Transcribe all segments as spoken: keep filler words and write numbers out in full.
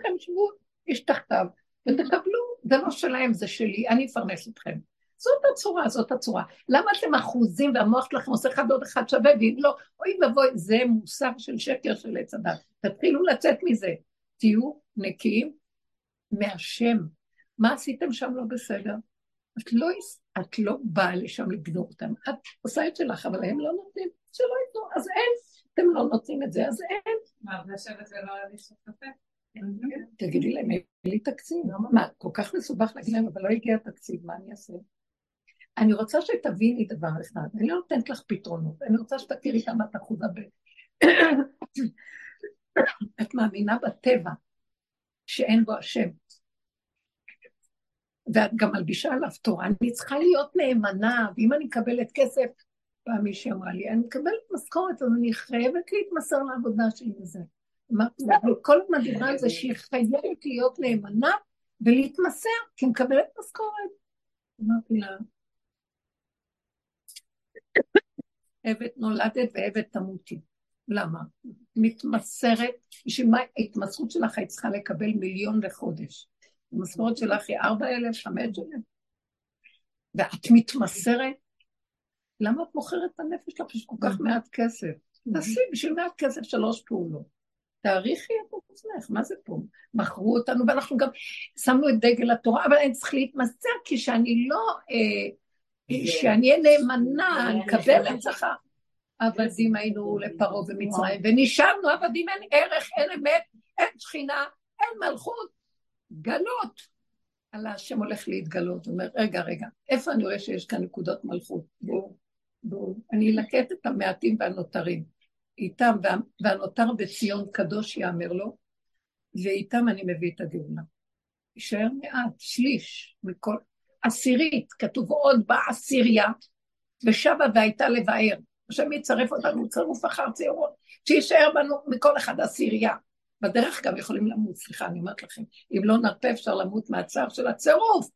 שלכם, שבו, איש תחתיו, ותקבלו, זה לא שלהם, זה שלי, אני אפרנס אתכם. זאת הצורה, זאת הצורה. למה אתם אחוזים והמוח שלכם עושה אחד עוד אחד שווה, ואם לא, אוי ובוי, זה מוסר של שקר של עץ הדת. תתחילו לצאת מזה. תהיו נקיים מהשם. מה עשיתם שם לא בסדר? את לא, את לא באה לשם לגדור אותם. את עושה את שלך, אבל הם לא נותנים. שלא ייתנו, אז אין. אתם לא נותנים את זה, אז אין. מה, לשבת ולא לשתות קפה? תגידי להם, אין לי תקציב. מה, כל כך מסובך להגיד להם, אבל לא הגיע תקציב, מה אני אעשה? אני רוצה שתביני דבר אחד, אני לא נותנת לך פתרונות, אני רוצה שתכירי כמה את אחוזה ב... את מאמינה בטבע, שאין בו השם. ואת גם מלבישה עליו תורה, אני צריכה להיות נאמנה, ואם אני מקבלת כסף, פעם מישהי אמרה לי, אני מקבלת משכורת, אז אני חייבת להתמסר לעבודה שלי לזה. אמרתי לה, כל הזמן דיברה על זה שהיא חייבת להיות נאמנה, ולהתמסר, כי מקבלת משכורת. אמרתי לה, עבד נולדת ועבד תמותי. למה? מתמסרת, בשביל מה ההתמסרות שלך היא צריכה לקבל מיליון לחודש. המשכורת שלך היא ארבע אלף, חמש אלף. ואת מתמסרת, למה את מוכרת את הנפש שלך בשביל כל כך מעט כסף? תעשי בשביל מעט כסף שלוש פעולות. תאריכי את עצמך, מה זה פה? מכרו אותנו, ואנחנו גם שמנו את דגל התורה, אבל אני צריך להתמסר, כי שאני לא, אה, שאני אהיה נאמנה, אני אקבל את זה. עבדים היינו לפרעה במצרים, ונשארנו עבדים, אין ערך, אין אמת, אין שכינה, אין מלכות, גלות. על השם הולך להתגלות, הוא אומר, רגע, רגע, איפה אני רואה שיש כאן נקודות מלכות? בואו, בואו, אני אלקט את המעטים והנותרים, איתם, והנותר בציון קדוש יאמר לו, ואיתם אני מביא את הגאולה. יישאר מעט, שליש, מכל, עשירית, כתוב עוד בעשירייה, ושבה והייתה לבאר, השם יצרף אותנו, צרוף אחר ציורות, שישאר בנו מכל אחד עשירייה, בדרך גם יכולים למות, סליחה, אני אומרת לכם, אם לא נרפה אפשר למות מהצער של הצירוף,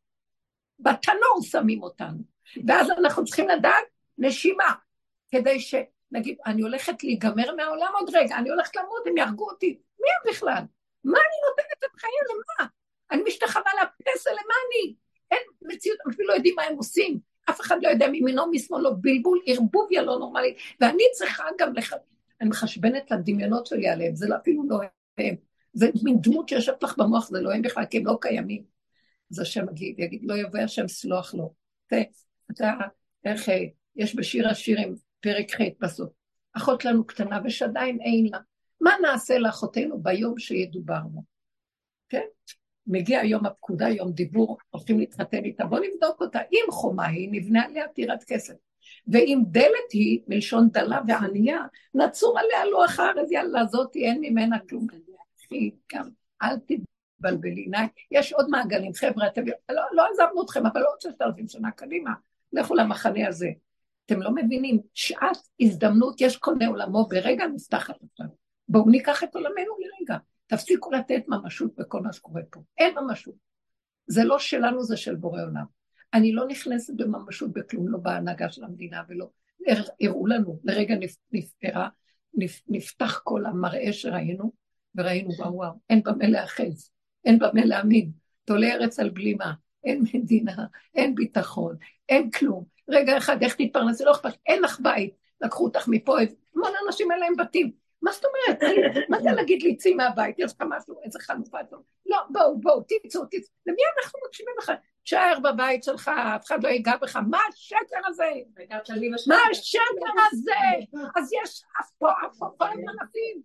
בתנור שמים אותנו, ואז אנחנו צריכים לדעת נשימה, כדי שנגיד, אני הולכת להיגמר מהעולם עוד רגע, אני הולכת למות, הם ירגו אותי, מי הם בכלל? מה אני נותנת את חיי למה? אני משתחווה לפסל, למה אני? אין מציאות, אפילו לא יודעים מה הם עושים, אף אחד לא יודע מימינו משמאלו, בלבול, ערבוביה לא נורמלית, ואני צריכה גם לח... אני מחשבנת לדמיונות שלי עליהם, זה אפילו לא הם, זה מין דמות שישבת לך במוח, זה לא הם בכלל, כי הם לא קיימים. אז השם יגיד, יגיד, לא יבוא השם סלוח לו. אתה, איך, יש בשיר השירים, פרק ח' בסוף, אחות לנו קטנה ושדיים אין לה. מה נעשה לאחותינו ביום שידובר לה? כן? מגיע יום הפקודה, יום דיבור, הולכים להתחתן איתה, בוא נבדוק אותה. אם חומה היא, נבנה עליה טירת כסף. ואם דלת היא, מלשון דלה וענייה, נצור עליה לוח הארץ, יאללה, זאתי, אין ממנה כלום. אחי, גם, אל תתבלבלי, יש עוד מעגלים, חבר'ה, אתם, לא, לא עזבנו אתכם, אבל עוד ששת אלפים שנה קדימה, לכו למחנה הזה. אתם לא מבינים, שעת הזדמנות, יש קונה עולמו, ברגע נפתחת עכשיו. בואו ניקח את עולמנו לרגע. תפסיקו לתת ממשות בכל מה שקורה פה. אין ממשות. זה לא שלנו, זה של בורא עולם. אני לא נכנסת בממשות בכלום, לא בהנהגה של המדינה, ולא הראו לנו, לרגע נפתרה, נפתח כל המראה שראינו, וראינו, וואו וואו, אין במה להאחז, אין במה להעמיד, תולה ארץ על בלימה, אין מדינה, אין ביטחון, אין כלום. רגע אחד, איך תתפרנסי, לא אכפת, אין לך בית, לקחו אותך מפה, המון אנשים אין להם בתים. מה זאת אומרת? מה זה להגיד לי, צאי מהבית, יש לך משהו, איזה חלופה טוב? לא, בואו, בואו, תצאו, תצאו. למי אנחנו מקשיבים לך? תשאר בבית שלך, אף אחד לא ייגע בך, מה השקר הזה? מה השקר הזה? אז יש אף פה, אף פה, כל הזמנתים.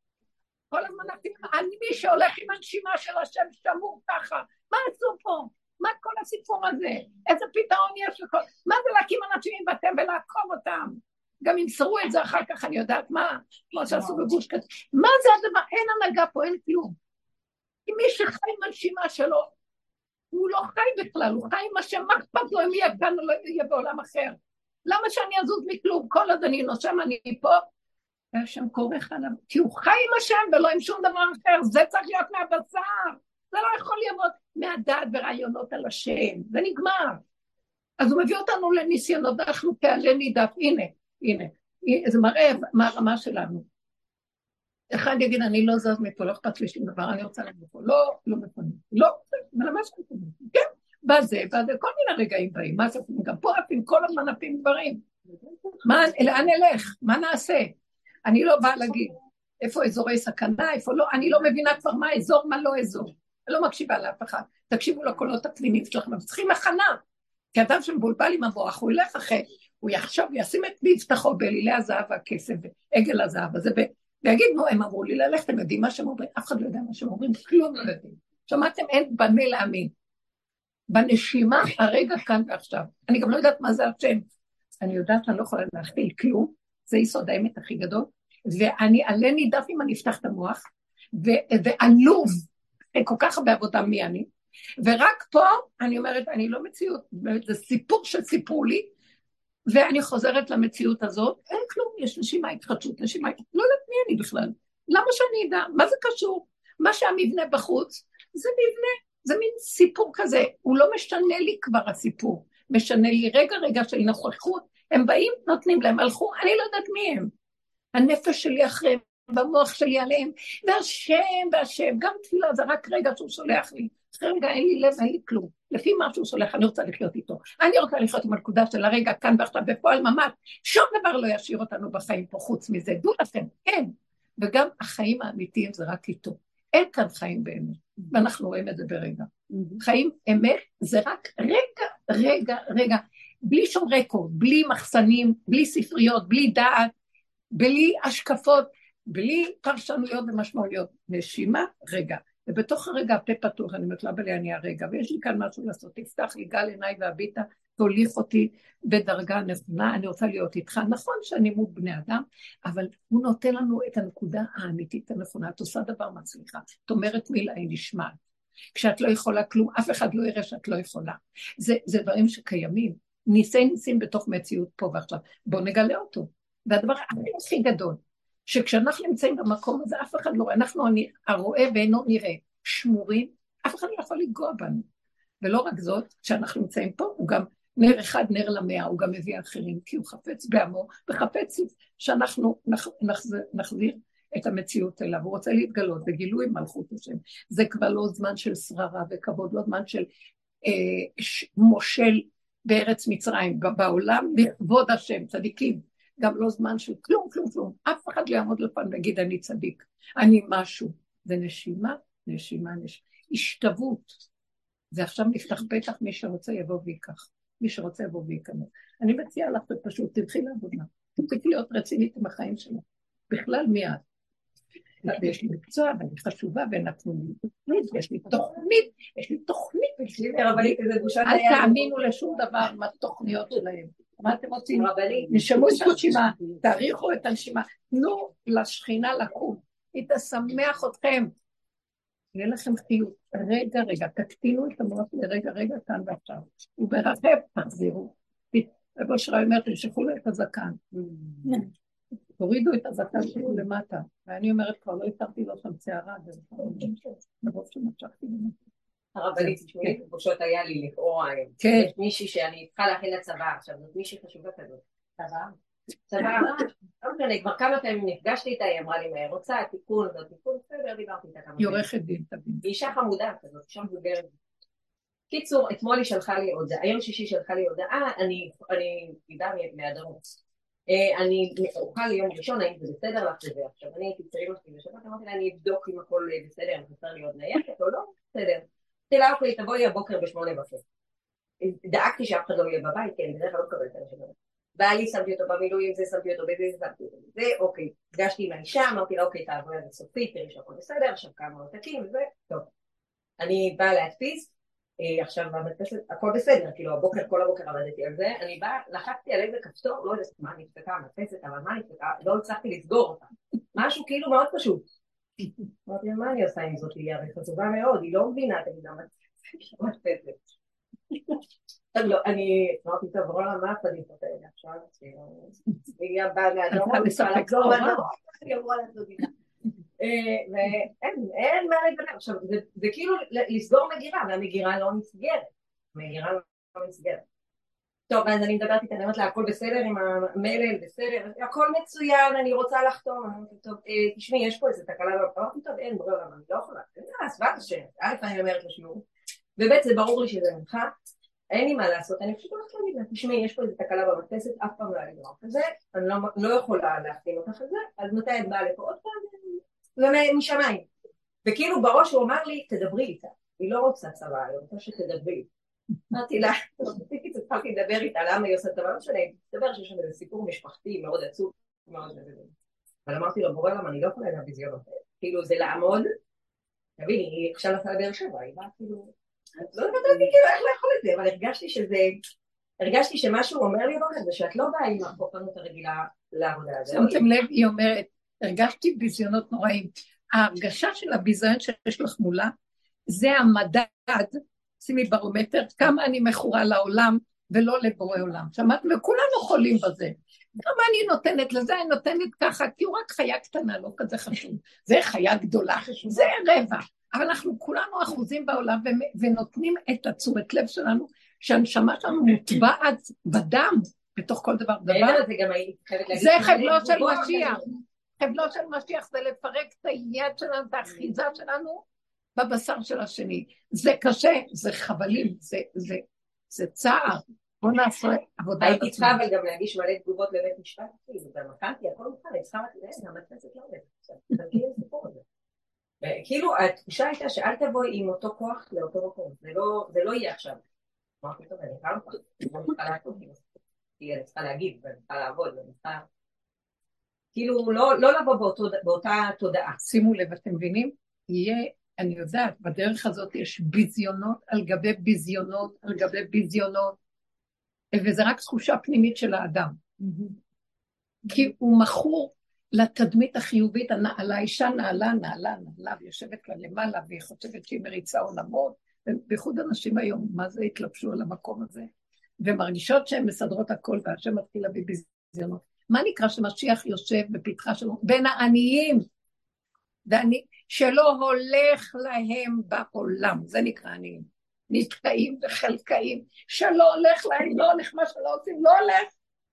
כל הזמנתים, מי שהולך עם הנשימה של השם שמור ככה, מה עשו פה? מה כל הסיפור הזה? איזה פתרון יש לכל? מה זה להקים אנשים עם בתם ולעקוב אותם? גם ימסרו את זה אחר כך, אני יודעת מה, כמו שעשו בגוש כזה. מה זה הדבר? אין הנהגה פה, אין כלום. כי מי שחי עם הנשימה שלו, הוא לא חי בכלל, הוא חי עם השם, מה אכפת לו אם יהיה כאן או לא יהיה בעולם אחר? למה שאני אזוז מכלום? כל עוד אני נושם, אני פה, והשם קורך עליו, כי הוא חי עם השם ולא עם שום דבר אחר, זה צריך להיות מהבשר, זה לא יכול להיות מהדעת ורעיונות על השם, זה נגמר. אז הוא מביא אותנו לניסיונות, אנחנו כעלה נידף, הנה, הנה, זה מראה מה הרמה שלנו. אחד יגיד, אני לא זאת מפה, לא אכפת לי שום דבר, אני רוצה לבוא פה. לא, לא מפנים. לא, אבל מה שאתה אומר? כן, בזה, בזה, כל מיני רגעים באים. מה זה, גם פה עפים, כל הזמן עפים דברים. מה, לאן נלך? מה נעשה? אני לא באה להגיד, איפה אזורי סכנה, איפה לא, אני לא מבינה כבר מה אזור, מה לא אזור. אני לא מקשיבה לאף אחד. תקשיבו לקולות הפנימיים שלכם, צריכים הכנה. כי אדם שמבולבל עם המוח, הוא ילך אחרי, הוא יחשוב, ישים את מבטחו באלילי הזהב והכסף, ועגל הזהב הזה, ויגיד, נו, הם אמרו לי ללכת, הם יודעים מה שהם אומרים, אף אחד לא יודע מה שהם אומרים, כלום לא יודעים. שמעתם, אין במה להאמין. בנשימה, הרגע כאן ועכשיו. אני גם לא יודעת מה זה השם. אני יודעת, אני לא יכולה להכפיל כלום, זה יסוד האמת הכי גדול, ואני עלה נידף אם אני אפתח את המוח, ועלוב, כל כך הרבה עבודה מי אני, ורק פה אני אומרת, אני לא מציאות, זה סיפור שסיפרו לי, ואני חוזרת למציאות הזאת, אין כלום, יש נשימה התחדשות, נשימה, לא יודעת מי אני בכלל, למה שאני אדע, מה זה קשור? מה שהמבנה בחוץ, זה מבנה, זה מין סיפור כזה, הוא לא משנה לי כבר הסיפור, משנה לי רגע רגע של נוכחות, הם באים, נותנים להם, הלכו, אני לא יודעת מי הם, הנפש שלי אחריהם, במוח שלי עליהם, והשם, והשם, גם תפילה זה רק רגע שהוא שולח לי, אחרי רגע אין לי לב, אין לי כלום, לפי מה שהוא שולח, אני רוצה לחיות איתו, אני רוצה לחיות עם הנקודה של הרגע כאן ועכשיו, בפועל ממש, שום דבר לא ישאיר אותנו בחיים פה, חוץ מזה, דעו לכם, אין, וגם החיים האמיתיים זה רק איתו, אין כאן חיים באמת, ואנחנו רואים את זה ברגע, חיים אמת זה רק רגע, רגע, רגע, בלי שום רקורד, בלי מחסנים, בלי ספריות, בלי דעת, בלי השקפות, בלי פרשנויות ומשמעויות, נשימה, רגע, ובתוך הרגע הפה פתוח, אני מתלבא לי אני הרגע, ויש לי כאן משהו לעשות, תפתח לי גל עיניי והביטה, תוליך אותי בדרגה נכונה, אני רוצה להיות איתך, נכון שאני מות בני אדם, אבל הוא נותן לנו את הנקודה האמיתית הנכונה, את עושה דבר מצליחה, את אומרת מילה היא נשמעת, כשאת לא יכולה כלום, אף אחד לא יראה שאת לא יכולה, זה, זה דברים שקיימים, ניסי ניסים בתוך מציאות פה ועכשיו, בואו נגלה אותו, והדבר הכי גדול, שכשאנחנו נמצאים במקום הזה, אף אחד לא רואה, אנחנו הרואה ואינו נראה, שמורים, אף אחד לא יכול לגוע בנו. ולא רק זאת, כשאנחנו נמצאים פה, הוא גם נר אחד, נר למאה, הוא גם מביא אחרים, כי הוא חפץ בעמו, וחפץ שאנחנו נחזיר, נחזיר את המציאות אליו, הוא רוצה להתגלות, בגילוי מלכות השם. זה כבר לא זמן של שררה וכבוד, לא זמן של אה, ש, מושל בארץ מצרים, בעולם לכבוד השם, צדיקים, גם לא זמן של כלום, כלום, כלום. אף אחד לא יעמוד לפן ויגיד, אני צדיק, אני משהו. זה נשימה, נשימה, נשימה. השתוות. זה עכשיו נפתח פתח, מי שרוצה יבוא ויקח. מי שרוצה יבוא ויקנות. אני מציעה לך פשוט, תלכי לעבודה. תלכי להיות רצינית עם החיים שלך. בכלל מיד. ויש לי מקצוע, ואני חשובה, ונתנו לי תוכנית, ויש לי תוכנית, יש לי תוכנית, ויש לי תוכנית. אל תאמינו לשום דבר מהתוכניות שלהם. מה אתם רוצים? נשמו את הנשימה, תאריכו את הנשימה, תנו לשכינה לקום, היא תשמח אתכם, יהיה לכם חיות, רגע רגע, תקטינו את המוח לרגע רגע כאן ועכשיו, וברחב תחזירו, רבו שראי אומר, תמשכו לו את הזקן, תורידו את הזקן שלו למטה, ואני אומרת כבר, לא התרתי לו שם צערה, ברוב שמשכתי למטה. הרבנית, תשמעי, פשוט היה לי לכאורה, יש מישהי שאני צריכה להכין לצבא, עכשיו זאת מישהי חשובה כזאת, צבא, צבא, לא משנה, כבר כמה פעמים נפגשתי איתה, היא אמרה לי מה היא רוצה, תיקון, זאת תיקון, בסדר, דיברתי איתה כמה פעמים. היא עורכת דין, תבין. היא אישה חמודה כזאת, אישה מבוגרת. קיצור, אתמול היא שלחה לי הודעה, היום שישי שלחה לי הודעה, אני ידעה מהדרום. אני אוכל ליום ראשון, האם זה בסדר לך שזה, עכשיו אני הייתי צעיר אותי בשבת, אמרתי לה, אני אבדוק אם הכל בסדר, אם חסר לי עוד נייחת או לא, בסדר. תלה אוקיי, תבואי הבוקר בשמונה וחצי. דאגתי שאף אחד לא יהיה בבית, כן, בדרך כלל לא קבל את השבוע. בעלי שמתי אותו במילואים, זה שמתי אותו בזה, שמתי אותו בזה, אוקיי. פגשתי עם האישה, אמרתי לה, אוקיי, תעברי על זה סופית, תראי שהכל בסדר, עכשיו כמה עותקים, וזה, טוב. אני באה להדפיס, עכשיו המדפסת, הכל בסדר, כאילו הבוקר, כל הבוקר עבדתי על זה, אני באה, לחצתי על איזה כפתור, לא יודעת מה נפתקה המדפסת, אבל מה נפתקה, לא הצלחתי לסגור אותה. משהו כאילו מאוד פשוט. אמרתי, מה אני עושה עם זאת? היא הרי חצובה מאוד, היא לא מבינה, תגיד, המדפסת. לא, אני אמרתי, טוב, רולה, מה הפדיחות האלה עכשיו? היא באה מהדור, אני צריכה לחזור לדור, אני אמורה לעשות איתה. ואין, אין מה לגלל. עכשיו, זה כאילו לסגור מגירה, והמגירה לא נסגרת. המגירה לא נסגרת. טוב, אז אני מדברת איתה, אני אומרת לה, הכל בסדר עם המלל, בסדר, הכל מצוין, אני רוצה לחתום, אני אומרת, טוב, תשמעי, יש פה איזה תקלה, אמרתי, טוב, אין, בואו, אני לא יכולה, אז באת השם, א', אני אומרת לשיעור, וב' זה ברור לי שזה ממך, אין לי מה לעשות, אני פשוט הולכת להגיד לה, תשמעי, יש פה איזה תקלה במדפסת, אף פעם לא היה לי דבר כזה, אני לא יכולה להחתים אותך את זה, אז מתי את באה לפה עוד פעם, ומשמיים, וכאילו בראש הוא אמר לי, תדברי איתה, היא לא רוצה צבא, היא רוצה שתדברי. אמרתי לה, התחלתי לדבר איתה, למה היא עושה את הדבר שלה, תדבר שיש שם איזה סיפור משפחתי מאוד עצוב, אבל אמרתי לו, בורא למה, אני לא יכולה להביזיון אותה, כאילו זה לעמוד, תביני, היא עכשיו נסעה לבאר שבע, היא באה כאילו, לא יודעת כאילו איך לאכול את זה, אבל הרגשתי שזה, הרגשתי שמשהו אומר לי בוקר, זה שאת לא באה עם הכופנות הרגילה לעבודה. שמתם לב, היא אומרת, הרגשתי ביזיונות נוראים, ההרגשה של הביזיון שיש לך מולה, זה המדד, שימי ברומטר, כמה אני מכורה לעולם ולא לבורא עולם. שמעת? וכולנו חולים בזה. כמה אני נותנת לזה, אני נותנת ככה, כי הוא רק חיה קטנה, לא כזה חשוב. זה חיה גדולה, זה רבע. אבל אנחנו כולנו אחוזים בעולם ונותנים את התשומת לב שלנו, שהנשמה שלנו מוטבעת בדם, בתוך כל דבר דבר. זה חבלו של משיח. חבלו של משיח זה לפרק את היד שלנו, את האחיזה שלנו, בבשר של השני. זה קשה, זה חבלים, זה, זה, זה צער. בוא נעשה עבודה. הייתי צריכה אבל גם להגיש מלא תגובות לבית משפט, ומכנתי, הכל מוכן, אני צריכה רק לדעת, גם הכנסת לא עובדת. זה כאילו סיפור הזה. כאילו, התחושה הייתה שאל תבואי עם אותו כוח לאותו מקום. זה לא יהיה עכשיו. אמרתי, טוב, אני צריכה לך, אני צריכה לעשות, כי אני צריכה להגיב, ואני צריכה לעבוד, ואני צריכה... כאילו, לא לבוא באותה תודעה. שימו לב, אתם מבינים? יהיה אני יודעת, בדרך הזאת יש ביזיונות על גבי ביזיונות, על גבי ביזיונות, וזה רק תחושה פנימית של האדם. כי הוא מכור לתדמית החיובית, האישה נעלה, נעלה, נעלה, ויושבת כאן למעלה, והיא חושבת שהיא מריצה עולמות, ובייחוד אנשים היום, מה זה התלבשו על המקום הזה, ומרגישות שהן מסדרות הכל, והשם מתחיל להביא ביזיונות. מה נקרא שמשיח יושב בפתחה שלו? בין העניים, ואני... שלא הולך להם בעולם, זה נקרא עניים, נתקעים וחלקאים, שלא הולך להם, לא הולך מה שלא עושים, לא הולך.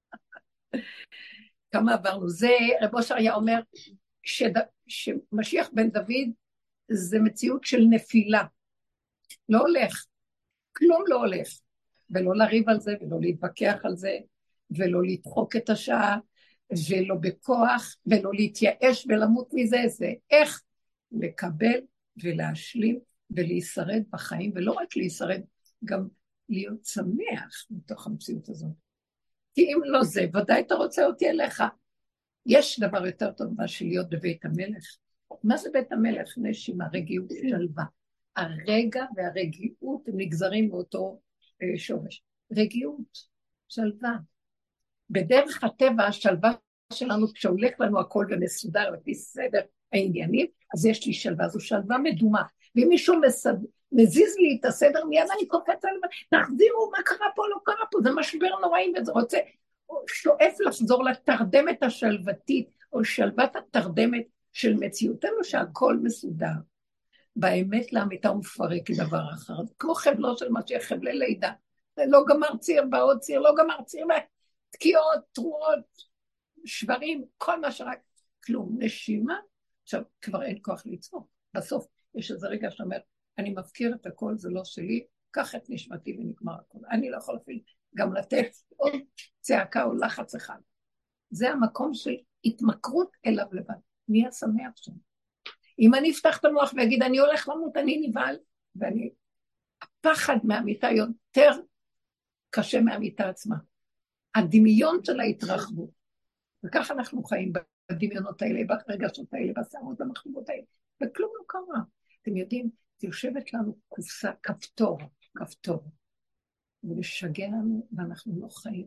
כמה עברנו, זה רב אושר היה אומר, שד... שמשיח בן דוד זה מציאות של נפילה, לא הולך, כלום לא הולך, ולא לריב על זה, ולא להתווכח על זה, ולא לדחוק את השעה, ולא בכוח, ולא להתייאש ולמות מזה, זה איך לקבל ולהשלים ולהישרד בחיים, ולא רק להישרד, גם להיות שמח מתוך המציאות הזאת. כי אם לא זה, ודאי אתה רוצה אותי אליך. יש דבר יותר טוב מה של להיות בבית המלך. מה זה בית המלך? נשימה, רגיעות, שלווה. הרגע והרגיעות הם נגזרים מאותו אה, שורש. רגיעות, שלווה. בדרך הטבע, השלווה שלנו, כשהולך לנו הכל ומסודר לפי סדר העניינים, אז יש לי שלווה, זו שלווה מדומה. ואם מישהו מסד... מזיז לי את הסדר, מיד אני קופץ על... תחזירו, מה קרה פה, לא קרה פה, זה משבר נוראי, וזה רוצה... שואף לחזור לתרדמת השלוותית, או שלוות התרדמת של מציאותנו, שהכל מסודר. באמת לאמיתה ומפרק דבר אחר. כמו חבלו של משיח, חבלי לידה. זה לא גמר ציר, בעוד ציר, לא גמר ציר, תקיעות, תרועות, שברים, כל מה שרק, כלום, נשימה. עכשיו, כבר אין כוח ליצור. בסוף, יש איזה רגע שאומר, אני מפקיר את הכל, זה לא שלי, קח את נשמתי ונגמר הכל. אני לא יכול אפילו גם לתת עוד צעקה או לחץ אחד. זה המקום של התמכרות אליו לבד. מי השמח שם? אם אני אפתח את המוח ואגיד, אני הולך למות, אני נבעל, ואני, הפחד מהמיטה יותר קשה מהמיטה עצמה. הדמיון של ההתרחבות. וכך אנחנו חיים בדמיונות האלה, ברגשות האלה, בסערות, במחשבות האלה, וכלום לא קרה. אתם יודעים, זה יושבת לנו קופסה, כפתור, כפתור, ולשגע לנו, ואנחנו לא חיים.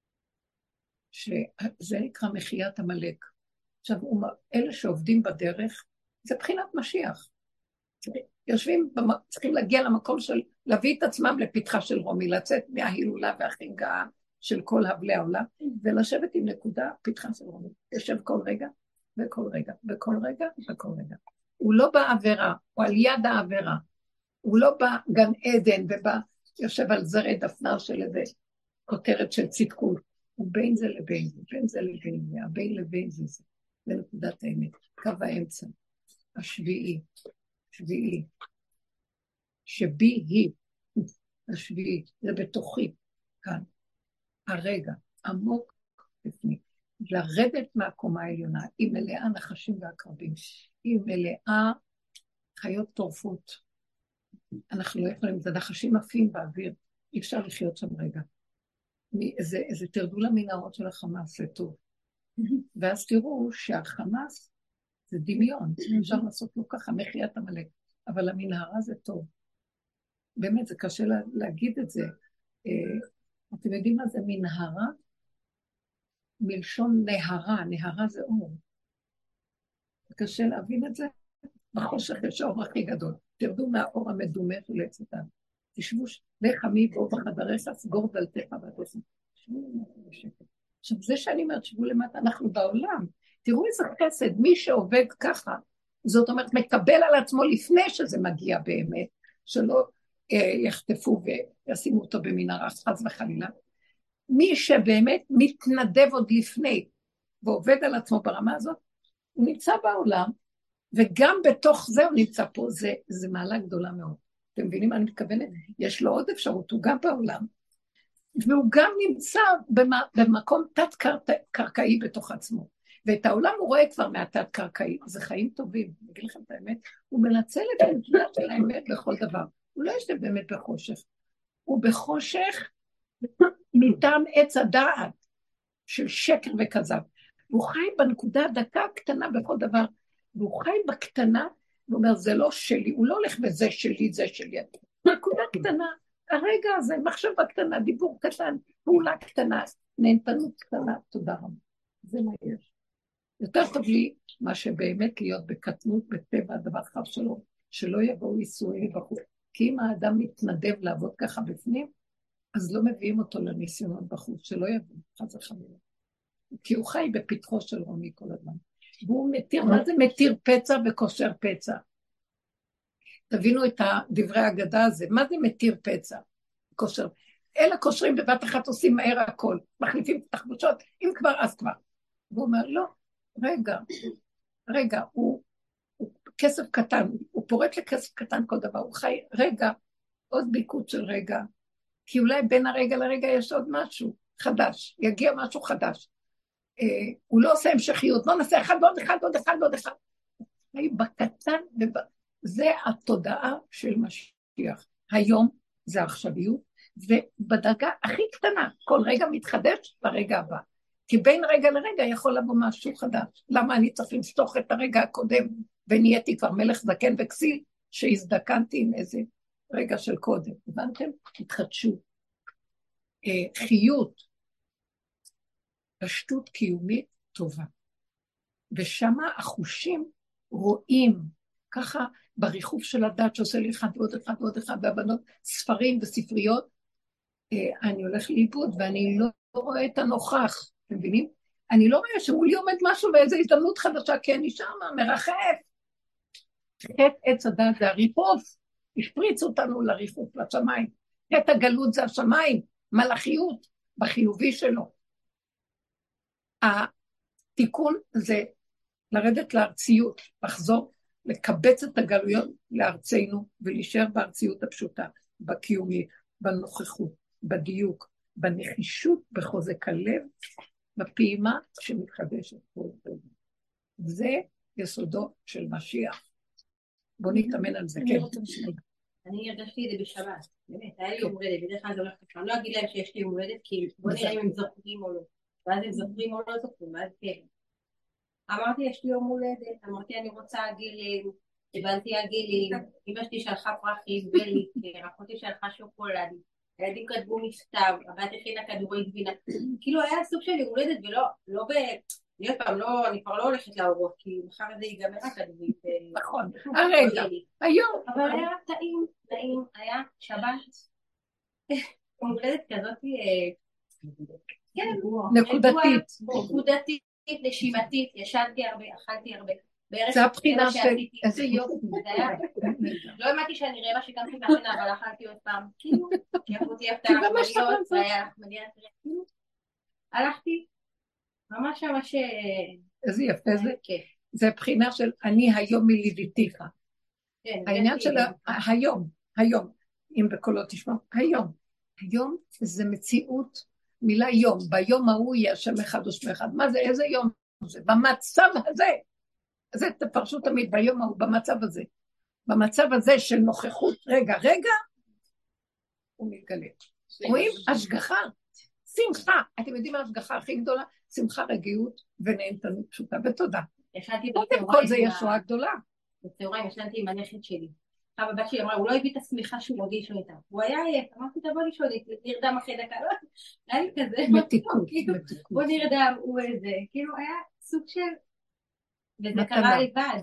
שזה נקרא מחיית המלאק. עכשיו, אלה שעובדים בדרך, זה בחינת משיח. יושבים, צריכים להגיע למקום של, להביא את עצמם לפתחה של רומי, לצאת מההילולה והחינגה של כל הבלי העולם, ולשבת עם נקודה פתחה של רומי. יושב כל רגע, וכל רגע, וכל רגע, וכל רגע. הוא לא בעבירה, הוא על יד העבירה. הוא לא בגן עדן, ובא, יושב על זרי דפנה של איזה כותרת של צדקות, ובין זה לבין זה, בין זה לבין זה, הבין לבין זה זה, זה נקודת האמת, קו האמצע, השביעי, שביעי, שבי היא, השביעי, זה בתוכי, כאן, הרגע, עמוק בפנים, לרדת מהקומה העליונה, היא מלאה נחשים ועקרבים, היא מלאה חיות טורפות, אנחנו לא יכולים, זה נחשים עפים באוויר, אי אפשר לחיות שם רגע. איזה, איזה תרדו למנהרות של החמאס, זה טוב. ואז תראו שהחמאס זה דמיון, אפשר לעשות לו ככה, מחיית המלך, אבל המנהרה זה טוב. באמת, זה קשה לה, להגיד את זה. אתם יודעים מה זה מנהרה? מלשון נהרה, נהרה זה אור. קשה להבין את זה? בחושך יש האור הכי גדול. תרדו מהאור המדומה של עץ הדת. תשבו לחמי בו בחדריך, סגור דלתך והתוסם. תשבו למטה בשקט. עכשיו, זה שאני אומרת, תשבו למטה, אנחנו בעולם. תראו איזה חסד, מי שעובד ככה, זאת אומרת, מקבל על עצמו לפני שזה מגיע באמת, שלא אה, יחטפו וישימו אותו במנהרה, חס וחלילה. מי שבאמת מתנדב עוד לפני, ועובד על עצמו ברמה הזאת, הוא נמצא בעולם, וגם בתוך זה הוא נמצא פה, זה, זה מעלה גדולה מאוד. אתם מבינים מה אני מתכוונת? יש לו עוד אפשרות, הוא גם בעולם, והוא גם נמצא במקום תת-קרקעי בתוך עצמו. ואת העולם הוא רואה כבר מהתת-קרקעי, זה חיים טובים, אני אגיד לכם את האמת, הוא מנצל את הנקודה של האמת בכל דבר. הוא לא ישב באמת בחושך, הוא בחושך מטעם עץ הדעת של שקר וכזב. והוא חי בנקודה הדקה הקטנה בכל דבר, והוא חי בקטנה, הוא אומר, זה לא שלי, הוא לא הולך בזה שלי, זה שלי. נקודה קטנה, הרגע הזה, מחשבה קטנה, דיבור קטן, פעולה קטנה, נהנתנות קטנה, תודה רבה. זה מה יש. יותר טוב לי מה שבאמת להיות בקטנות, בטבע, הדבר חב שלו, שלא יבואו ייסורים בחוץ. כי אם האדם מתנדב לעבוד ככה בפנים, אז לא מביאים אותו לניסיונות בחוץ, שלא יבואו, חס וחלילה. כי הוא חי בפתחו של רומי כל הזמן. והוא מתיר, מה זה מתיר פצע וקושר פצע? תבינו את דברי ההגדה הזה, מה זה מתיר פצע? קושר. אלה קושרים בבת אחת עושים מהר הכל, מחליפים את התחבושות, אם כבר אז כבר. והוא אומר, לא, רגע, רגע, הוא, הוא כסף קטן, הוא פורט לכסף קטן כל דבר, הוא חי, רגע, עוד ביקוד של רגע, כי אולי בין הרגע לרגע יש עוד משהו חדש, יגיע משהו חדש. אה, הוא לא עושה המשכיות, לא נעשה אחד ועוד אחד, עוד אחד ועוד אחד. בקטן, ובא, זה התודעה של משיח. היום זה העכשוויות, ובדרגה הכי קטנה, כל רגע מתחדש ברגע הבא. כי בין רגע לרגע יכול לבוא משהו חדש. למה אני צריך לסתוך את הרגע הקודם, ונהייתי כבר מלך זקן וכסיל, שהזדקנתי עם איזה רגע של קודם. הבנתם? התחדשו. אה, חיות, פשטות קיומית טובה. ושמה החושים רואים, ככה בריחוף של הדת שעושה לי אחד ועוד אחד ועוד אחד, והבנות ספרים וספריות, אה, אני הולך לאיבוד ואני לא רואה את הנוכח, אתם מבינים? אני לא רואה שמולי עומד משהו ואיזו הזדמנות חדשה, כי אני שמה מרחף. חטא עץ הדת זה הריחוף, השפריץ אותנו לריחוף, לשמיים. חטא הגלות זה השמיים, מלאכיות בחיובי שלו. התיקון זה לרדת לארציות, לחזור, לקבץ את הגלויות לארצנו, ולהישאר בארציות הפשוטה, בקיומית, בנוכחות, בדיוק, בנחישות, בחוזק הלב, בפעימה שמתחדשת כל הזמן. זה יסודו של משיח. בוא נתאמן על זה, כן. אני הרגשתי את זה בשבת, באמת, היה לי יום הולדת, בדרך כלל זה הולך ככה, אני לא אגיד להם שיש לי יום הולדת, כי בוא נראה אם הם זוכרים או לא, ואז הם זוכרים או לא זוכרים, ואז כן. אמרתי, יש לי יום הולדת, אמרתי, אני רוצה גילים, קיבלתי הגילים, אמא שלי שלחה פרחים, בלי, אחותי שלחה שוקולד, הילדים כתבו מכתב, הבת הכינה כדורי גבינה, כאילו היה סוג של יום הולדת, ולא, לא ב... אני עוד פעם, לא, אני כבר לא הולכת לאורות, כי מחר זה ייגמר הכדורי. נכון, הרגע, היום. אבל היה טעים, טעים, היה שבת, יום הולדת כזאת, כן, נקודתית. נקודתית, נשימתית, ישנתי הרבה, אכלתי הרבה, זה הבחינה של איזה יופי. לא אמרתי שאני רעבה שקמתי מהשינה, אבל אכלתי עוד פעם. כאילו, יכולתי את העמליות, והיה לחמניה, הלכתי, ממש ממש... איזה יפה זה. זה הבחינה של אני היום מלידיתיך. העניין של היום, היום, אם בקולו תשמע, היום. היום זה מציאות, מילה יום, ביום ההוא יהיה השם אחד ושמי אחד. מה זה, איזה יום זה? במצב הזה. זה תפרשו תמיד ביום ההוא, במצב הזה. במצב הזה של נוכחות, רגע, רגע, הוא מתגלה. רואים? השגחה, שמחה. אתם יודעים מה ההשגחה הכי גדולה? שמחה, רגיעות ונהנתנות פשוטה, ותודה. קודם כל זה ישועה גדולה. בצהריים ישנתי עם הנכד שלי. עכשיו הבת שלי אמרה, הוא לא הביא את השמיכה שהוא מרגיש לו איתה. הוא היה עייף, אמרתי, תבוא לשאול, נרדם אחרי דקה, לא, היה לי כזה. מתיקות, מתיקות. הוא נרדם, הוא איזה, כאילו היה סוג של... וזה קרה לבד.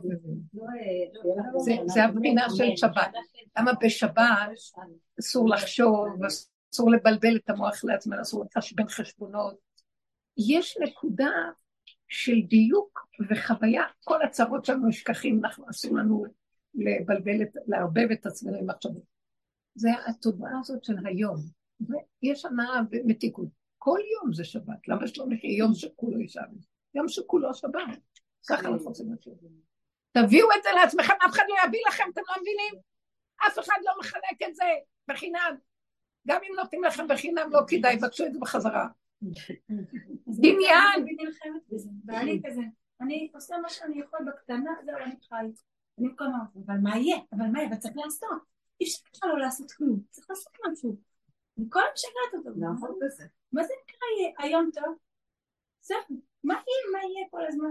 זה הבחינה של שבת. למה בשבת אסור לחשוב, אסור לבלבל את המוח לעצמנו, אסור לחשבן חשבונות. יש נקודה של דיוק וחוויה, כל הצרות שלנו נשכחים, אנחנו אסור לנו לבלבל, לערבב את עצמנו עם מחשבות. זה התודעה הזאת של היום. ויש הנאה ומתיקות. כל יום זה שבת. למה שלא נחיה יום שכולו ישב? יום שכולו שבת. ככה אנחנו עושים את זה. תביאו את זה לעצמכם, אף אחד לא יביא לכם, אתם לא מבינים? אף אחד לא מחלק את זה בחינם. גם אם נותנים לכם בחינם, לא כדאי, בקשו את זה בחזרה. דמיין. ואני כזה, אני עושה מה שאני יכול בקטנה, זהו, אני חי. אני קומה, אבל מה יהיה? אבל מה יהיה? אבל צריך לעשות. אי אפשר ככה לא לעשות כלום. צריך לעשות משהו. מכל משגעת אותו. לעבוד בזה. מה זה נקרא יהיה? היום טוב? זהו. מה יהיה? מה יהיה כל הזמן?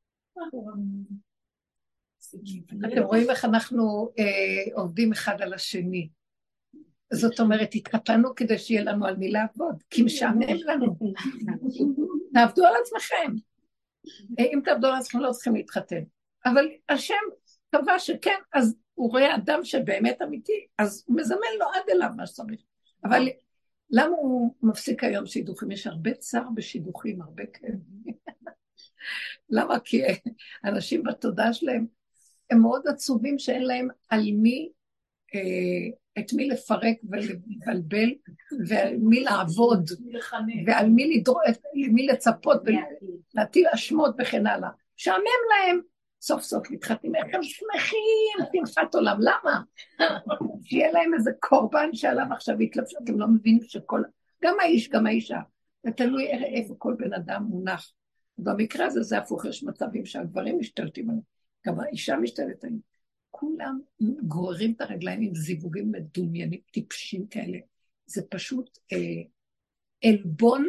אתם רואים איך אנחנו עובדים אחד על השני. זאת אומרת, התחתנו כדי שיהיה לנו על מי לעבוד, כי משעמם לנו. תעבדו על עצמכם. אם תעבדו על עצמכם, לא צריכים להתחתן. אבל השם קבע שכן, אז הוא רואה אדם שבאמת אמיתי, אז הוא מזמן לו עד אליו מה שצריך. אבל למה הוא מפסיק היום שידוכים? יש הרבה צער בשידוכים, הרבה כאב. למה? כי אנשים בתודעה שלהם, הם מאוד עצובים שאין להם על מי, אה, את מי לפרק ולבלבל, ועל מי לעבוד, ועל מי, לדרו, מי לצפות, ולהטיל אשמות וכן הלאה. שעמם להם, סוף סוף מתחתנים, איך הם שמחים, שמחת עולם, למה? שיהיה להם איזה קורבן שעליו עכשיו יתלבש, אתם לא מבינים שכל, גם האיש, גם האישה, זה תלוי איפה כל בן אדם מונח. במקרה הזה זה הפוך, יש מצבים שהגברים משתלטים עליהם, גם האישה משתלטת עליהם. כולם גוררים את הרגליים עם זיווגים מדומיינים, טיפשים כאלה. זה פשוט אה, אלבון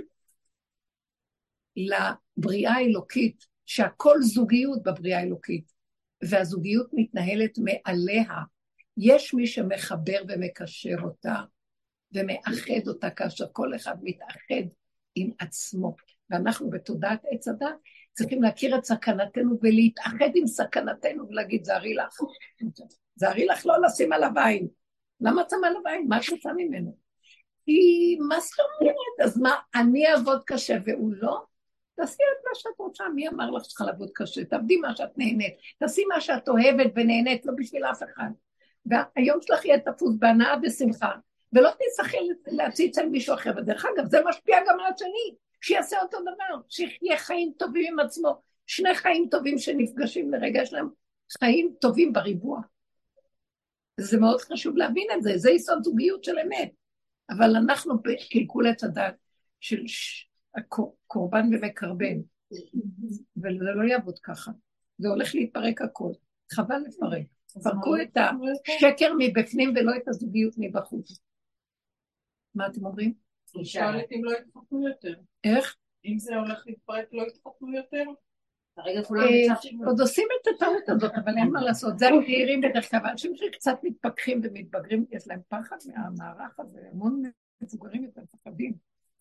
לבריאה האלוקית, שהכל זוגיות בבריאה האלוקית, והזוגיות מתנהלת מעליה. יש מי שמחבר ומקשר אותה, ומאחד אותה, כאשר כל אחד מתאחד עם עצמו. ואנחנו בתודעת עץ הדת צריכים להכיר את סכנתנו ולהתאחד עם סכנתנו ולהגיד, זהרי לך. זהרי לך לא לשים עליו עין. למה שם עליו עין? מה שצא ממנו? כי מה זאת אומרת? אז מה, אני אעבוד קשה והוא לא? תעשי את מה שאת רוצה, מי אמר לך שצריכה לעבוד קשה? תעבדי מה שאת נהנית, תעשי מה שאת אוהבת ונהנית, לא בשביל אף אחד. והיום שלך יהיה תפוס בהנאה ושמחה, ולא תצטרכי להציץ על מישהו אחר. ודרך אגב, זה משפיע גם על השני. שיעשה אותו דבר, שיחיה חיים טובים עם עצמו, שני חיים טובים שנפגשים לרגע, יש להם חיים טובים בריבוע. זה מאוד חשוב להבין את זה, זה יסוד זוגיות של אמת, אבל אנחנו בקלקול את הדעת של קורבן ומקרבן, וזה לא יעבוד ככה, זה הולך להתפרק הכל, חבל לפרק, פרקו את השקר מבפנים ולא את הזוגיות מבחוץ. מה אתם אומרים? אני שואלת אם לא יתחתנו יותר. איך? אם זה הולך להתפרק, לא יתחתנו יותר? עוד עושים את הטעות הזאת, אבל אין מה לעשות. זה הצעירים בדרך כלל, אנשים שקצת מתפתחים ומתבגרים, יש להם פחד מהמערך הזה, המון מבוגרים יותר מפחדים.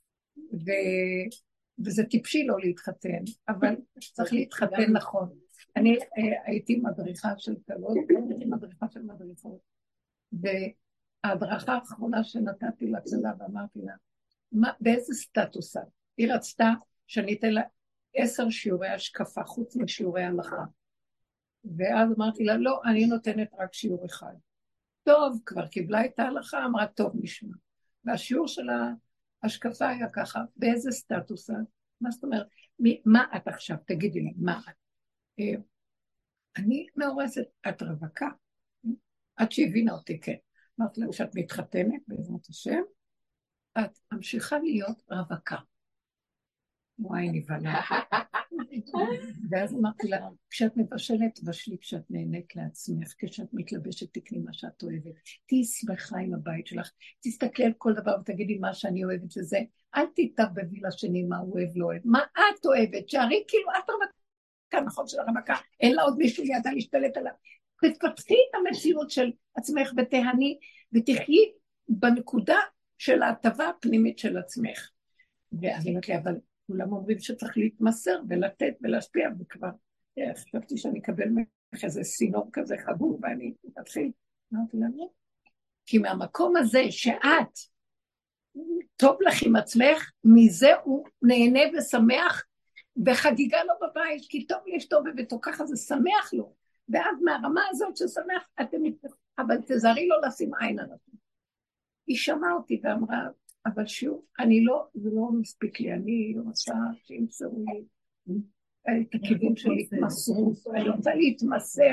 וזה טיפשי לא להתחתן, אבל צריך להתחתן נכון. אני הייתי מדריכה של כלות, מדריכה של מדריכות, וההדרכה האחרונה שנתתי לצלה ואמרתי לה, מה, באיזה סטטוס? היא רצתה שאני אתן לה עשר שיעורי השקפה חוץ משיעורי הלכה. ואז אמרתי לה, לא, אני נותנת רק שיעור אחד. טוב, כבר קיבלה את ההלכה, אמרה, טוב, נשמע. והשיעור של ההשקפה היה ככה, באיזה סטטוס את? מה זאת אומרת? מי, מה את עכשיו? תגידי לי, מה את? אה, אני מאורסת, את רווקה. עד שהבינה אותי, כן. אמרתי לה, שאת מתחתנת, בעזרת השם, את ממשיכה להיות רווקה. וואי, נבלה. ואז אמרתי לה, כשאת מבשלת, תבשלי כשאת נהנית לעצמך, כשאת מתלבשת, תקני מה שאת אוהבת. תהי שמחה עם הבית שלך, תסתכלי על כל דבר ותגידי מה שאני אוהבת וזה. אל תתערבבי לשני מה הוא אוהב, לא אוהב. מה את אוהבת? שערי כאילו את רווקה, נכון של הרווקה, אין לה עוד מישהו לידה להשתלט עליו. תפתחי את המציאות של עצמך ותהני, ותחיי בנקודה של ההטבה הפנימית של עצמך. ואז אמרתי לי, אבל כולם אומרים שצריך להתמסר ולתת ולהשפיע, וכבר חשבתי שאני אקבל ממך איזה סינור כזה חבור, ואני אתחיל. אמרתי לנו, כי מהמקום הזה שאת טוב לך עם עצמך, מזה הוא נהנה ושמח, וחגיגה לו בבית, כי טוב יש טוב בביתו, ככה זה שמח לו. ואז מהרמה הזאת ששמח, אתם מתפתחים, אבל תזרי לו לשים עין עליו. היא שמעה אותי ואמרה, אבל שוב, אני לא, זה לא מספיק לי, אני רוצה שימצאו לי את הכיוון של התמסרות, אני רוצה להתמסר.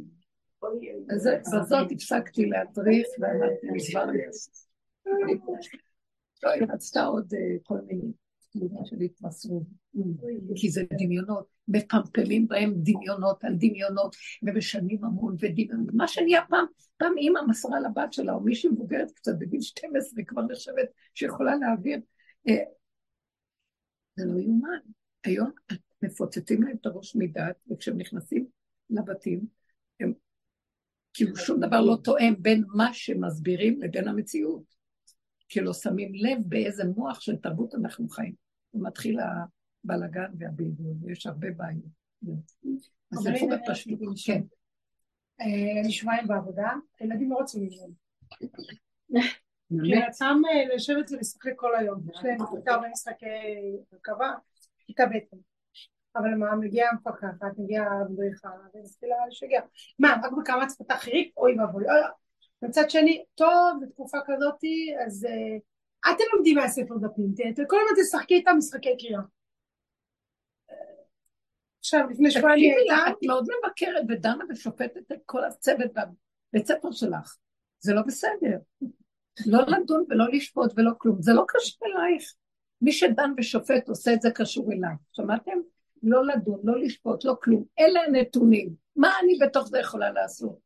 בזאת הפסקתי להדריך, ואמרתי, נשבר לי. לא, היא רצתה עוד כל מיני תמונה של התמסרות, כי זה דמיונות, מפמפמים בהם דמיונות על דמיונות, ומשנים המון ודמיונות. מה שנהיה פעם, פעם אימא מסרה לבת שלה, או מישהי מבוגרת קצת בגיל שתים עשרה, כבר נחשבת שיכולה להעביר. זה לא יומן. היום מפוצצים להם את הראש מדעת, וכשהם נכנסים לבתים, הם כאילו שום דבר לא תואם בין מה שמסבירים לבין המציאות. כי לא שמים לב באיזה מוח של תרבות אנחנו חיים. ומתחיל הבלגן והבלבול, ויש הרבה בעיות. אז זה פה בפשטות, כן. אני שבועיים בעבודה, הילדים לא רוצים ללמוד. כי רצם לשבת ולשחק כל היום. יש להם כיתה הרבה משחקי הרכבה, כיתה בטן. אבל מה, מגיעה המפקחת, מגיעה הבריחה, ומסתילה לשגע. מה, רק בכמה צפתה חיריק? אוי ואבוי. מצד שני, טוב, בתקופה כזאת, אז אתם לומדים מהספר דפים, כל הזמן תשחקי איתם משחקי קריאה. עכשיו, לפני שבועיים הייתה... את מאוד מבקרת ודנה ושופטת את כל הצוות בבית ספר שלך. זה לא בסדר. לא לדון ולא לשפוט ולא כלום. זה לא קשור אלייך. מי שדן ושופט עושה את זה קשור אליי. שמעתם? לא לדון, לא לשפוט, לא כלום. אלה הנתונים. מה אני בתוך זה יכולה לעשות?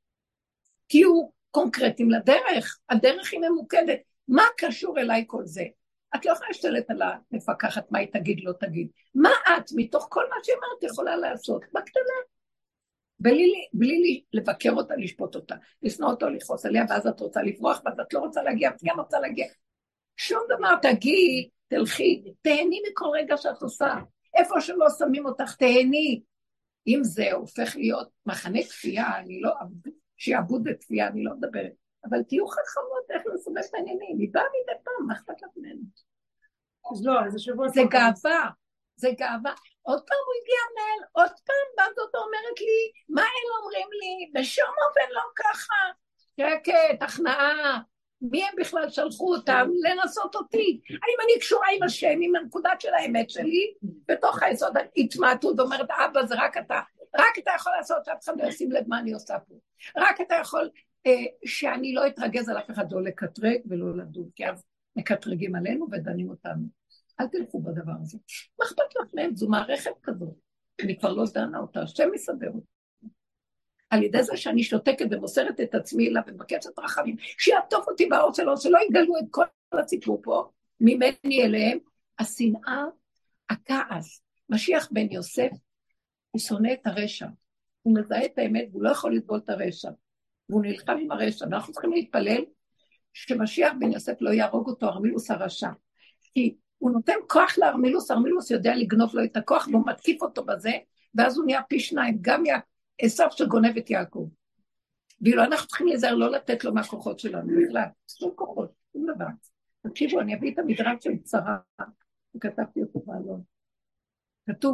תהיו קונקרטיים לדרך. הדרך היא ממוקדת. מה קשור אליי כל זה? את לא יכולה לשתלט על המפקחת, מה היא תגיד, לא תגיד. מה את, מתוך כל מה שהיא אומרת, יכולה לעשות? בקטנה. בלי, בלי לבקר אותה, לשפוט אותה, לשנוא אותו, לכעוס עליה, ואז את רוצה לברוח, ואז את לא רוצה להגיע, את גם רוצה להגיע. שום דבר, תגיעי, תלכי, תהני מכל רגע שאת עושה. איפה שלא שמים אותך, תהני. אם זה הופך להיות מחנה כפייה, אני לא, שיעבוד בכפייה, אני לא מדברת. אבל תהיו חכמות איך לסובב את העניינים, היא באה מדי פעם, מה אכפת לך ממנו? אז לא, זה שבוע... זה גאווה, זה גאווה. עוד פעם הוא הגיע מנהל, עוד פעם באת אותו אומרת לי, מה הם אומרים לי? בשום אופן לא ככה. שקט, הכנעה. מי הם בכלל שלחו אותם לנסות אותי? האם אני קשורה עם השם, עם הנקודת של האמת שלי, בתוך היסוד התמעטות, אומרת, אבא זה רק אתה, רק אתה יכול לעשות, שאף אחד לא ישים לב מה אני עושה פה. רק אתה יכול... שאני לא אתרגז על אף אחד, לא לקטרג ולא לדון, כי אז מקטרגים עלינו ודנים אותנו. אל תלכו בדבר הזה. מה אכפת לך מהם? זו מערכת כזאת. אני כבר לא דנה אותה, השם מסדר אותה. על ידי זה שאני שותקת ומוסרת את עצמי לה ומבקשת רחמים, שיעטוף אותי באור שלו, שלא יגלו את כל הסיפור פה, ממני אליהם, השנאה, הכעס. משיח בן יוסף, הוא שונא את הרשע. הוא מזהה את האמת, והוא לא יכול לסבול את הרשע. והוא נלחם עם הרשע, ואנחנו צריכים להתפלל שמשיח בן יוסף לא יהרוג אותו ארמילוס הרשע, כי הוא נותן כוח לארמילוס, ארמילוס יודע לגנוב לו את הכוח, והוא מתקיף אותו בזה, ואז הוא נהיה פי שניים, גם עשיו שגונב את יעקב. ואילו אנחנו צריכים להיזהר לא לתת לו מהכוחות שלנו, בכלל, שום כוחות, שום דבר. תקשיבו, אני אביא את המדרש של צרה, וכתבתי אותו בעלון. כתוב,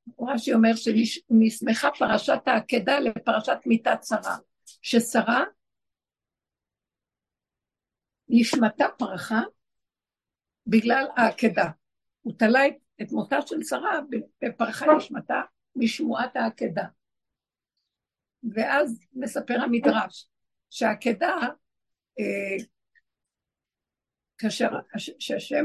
רש"י אומר שנשמחה פרשת העקדה לפרשת מיתת שרה, ששרה נשמתה פרחה בגלל העקדה. הוא תלה את מותה של שרה בפרחה נשמתה משמועת העקדה. ואז מספר המדרש שהעקדה, אה, כאשר שהשם,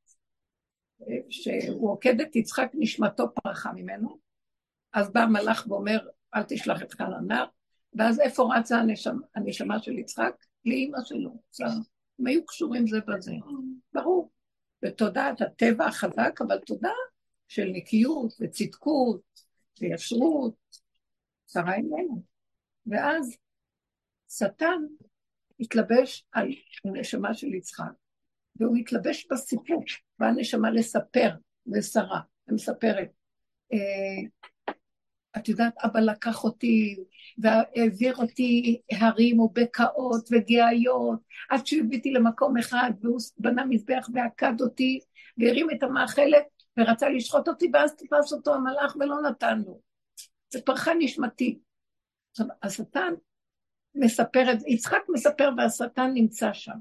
אה, שהוא עוקד את יצחק נשמתו פרחה ממנו, אז בא מלאך ואומר אל תשלח את חננר, ואז איפה רצה הנשמה, הנשמה של יצחק? לאמא שלו. הם היו קשורים זה בזה, ברור. בתודעת הטבע החזק, אבל תודעה של נקיות וצדקות וישרות, שרה ממנו. ואז שטן התלבש על הנשמה של יצחק, והוא התלבש בסיפור, והנשמה לספר לשרה, ומספרת, אה, את יודעת, אבא לקח אותי, והעביר אותי הרים ובקעות וגאיות, עד שהביאתי למקום אחד, והוא בנה מזבח ועקד אותי, והרים את המאכלת, ורצה לשחוט אותי, ואז תפס אותו המלאך ולא נתן לו. זה פרחה נשמתי. עכשיו, השטן מספר את זה, יצחק מספר והשטן נמצא שם.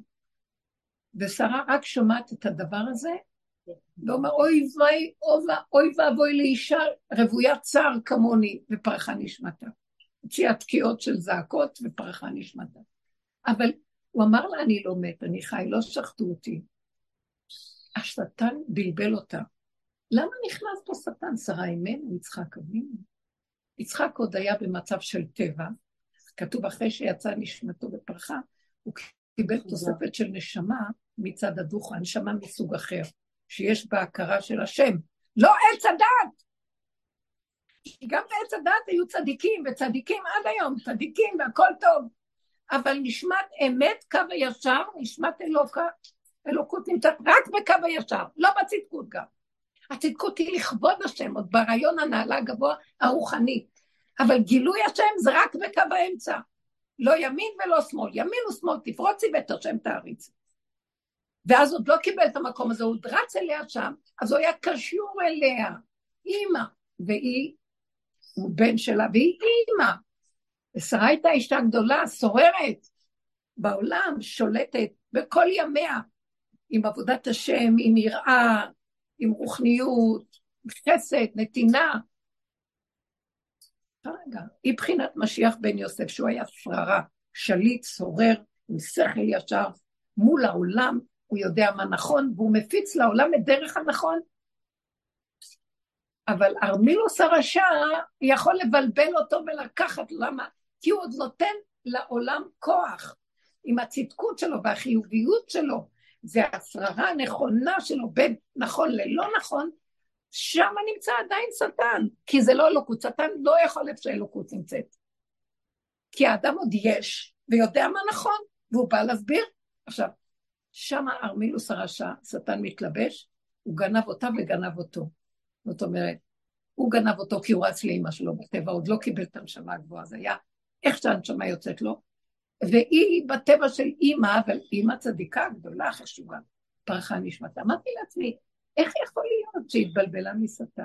ושרה רק שומעת את הדבר הזה, ואומר, אוי ואי, אוי ואבוי לאישה רוויית צער כמוני, ופרחה נשמתה. הציעה תקיעות של זעקות, ופרחה נשמתה. אבל הוא אמר לה, אני לא מת, אני חי, לא שחטו אותי. השטן בלבל אותה. למה נכנס פה שטן? שרה אימנו, יצחק אבינו. יצחק עוד היה במצב של טבע, כתוב אחרי שיצא נשמתו בפרחה, הוא קיבל תוספת של נשמה מצד הדוחה, נשמה מסוג אחר, שיש בה הכרה של השם. לא עץ הדת! גם בעץ הדת היו צדיקים, וצדיקים עד היום, צדיקים והכל טוב. אבל נשמת אמת, קו הישר, נשמת אלוקה, אלוקות נמצאת רק בקו הישר, לא בצדקות גם. הצדקות היא לכבוד השם, עוד ברעיון הנעלה הגבוה הרוחני. אבל גילוי השם זה רק בקו האמצע. לא ימין ולא שמאל. ימין ושמאל תפרוצי ואת השם תעריץ. ואז עוד לא קיבל את המקום הזה, הוא רץ אליה שם, אז הוא היה קשור אליה. אמא, והיא, הוא בן שלה, והיא אמא. ושרה הייתה אישה גדולה, סוררת, בעולם, שולטת בכל ימיה, עם עבודת השם, עם יראה, עם רוחניות, חסד, נתינה. רגע, היא בחינת משיח בן יוסף, שהוא היה שררה, שליט, סורר, עם שכל ישר, מול העולם, הוא יודע מה נכון, והוא מפיץ לעולם את דרך הנכון. אבל ארמילוס הרשע יכול לבלבל אותו ולקחת, למה? כי הוא עוד נותן לעולם כוח, עם הצדקות שלו והחיוביות שלו, זה השררה הנכונה שלו, בין נכון ללא נכון, שם נמצא עדיין שטן, כי זה לא אלוקות, שטן לא יכול איפה שאלוקות נמצאת. כי האדם עוד יש, ויודע מה נכון, והוא בא להסביר. עכשיו, שם ארמילוס הרשע, שטן מתלבש, הוא גנב אותה וגנב אותו. זאת אומרת, הוא גנב אותו כי הוא רץ לאמא שלו בטבע, עוד לא קיבל את הנשמה הגבוהה, זה היה איך שהנשמה יוצאת לו, והיא בטבע של אמא, אבל אמא צדיקה גדולה, חשובה, פרחה נשמתה. אמרתי לעצמי, איך יכול להיות שהתבלבלה משטן?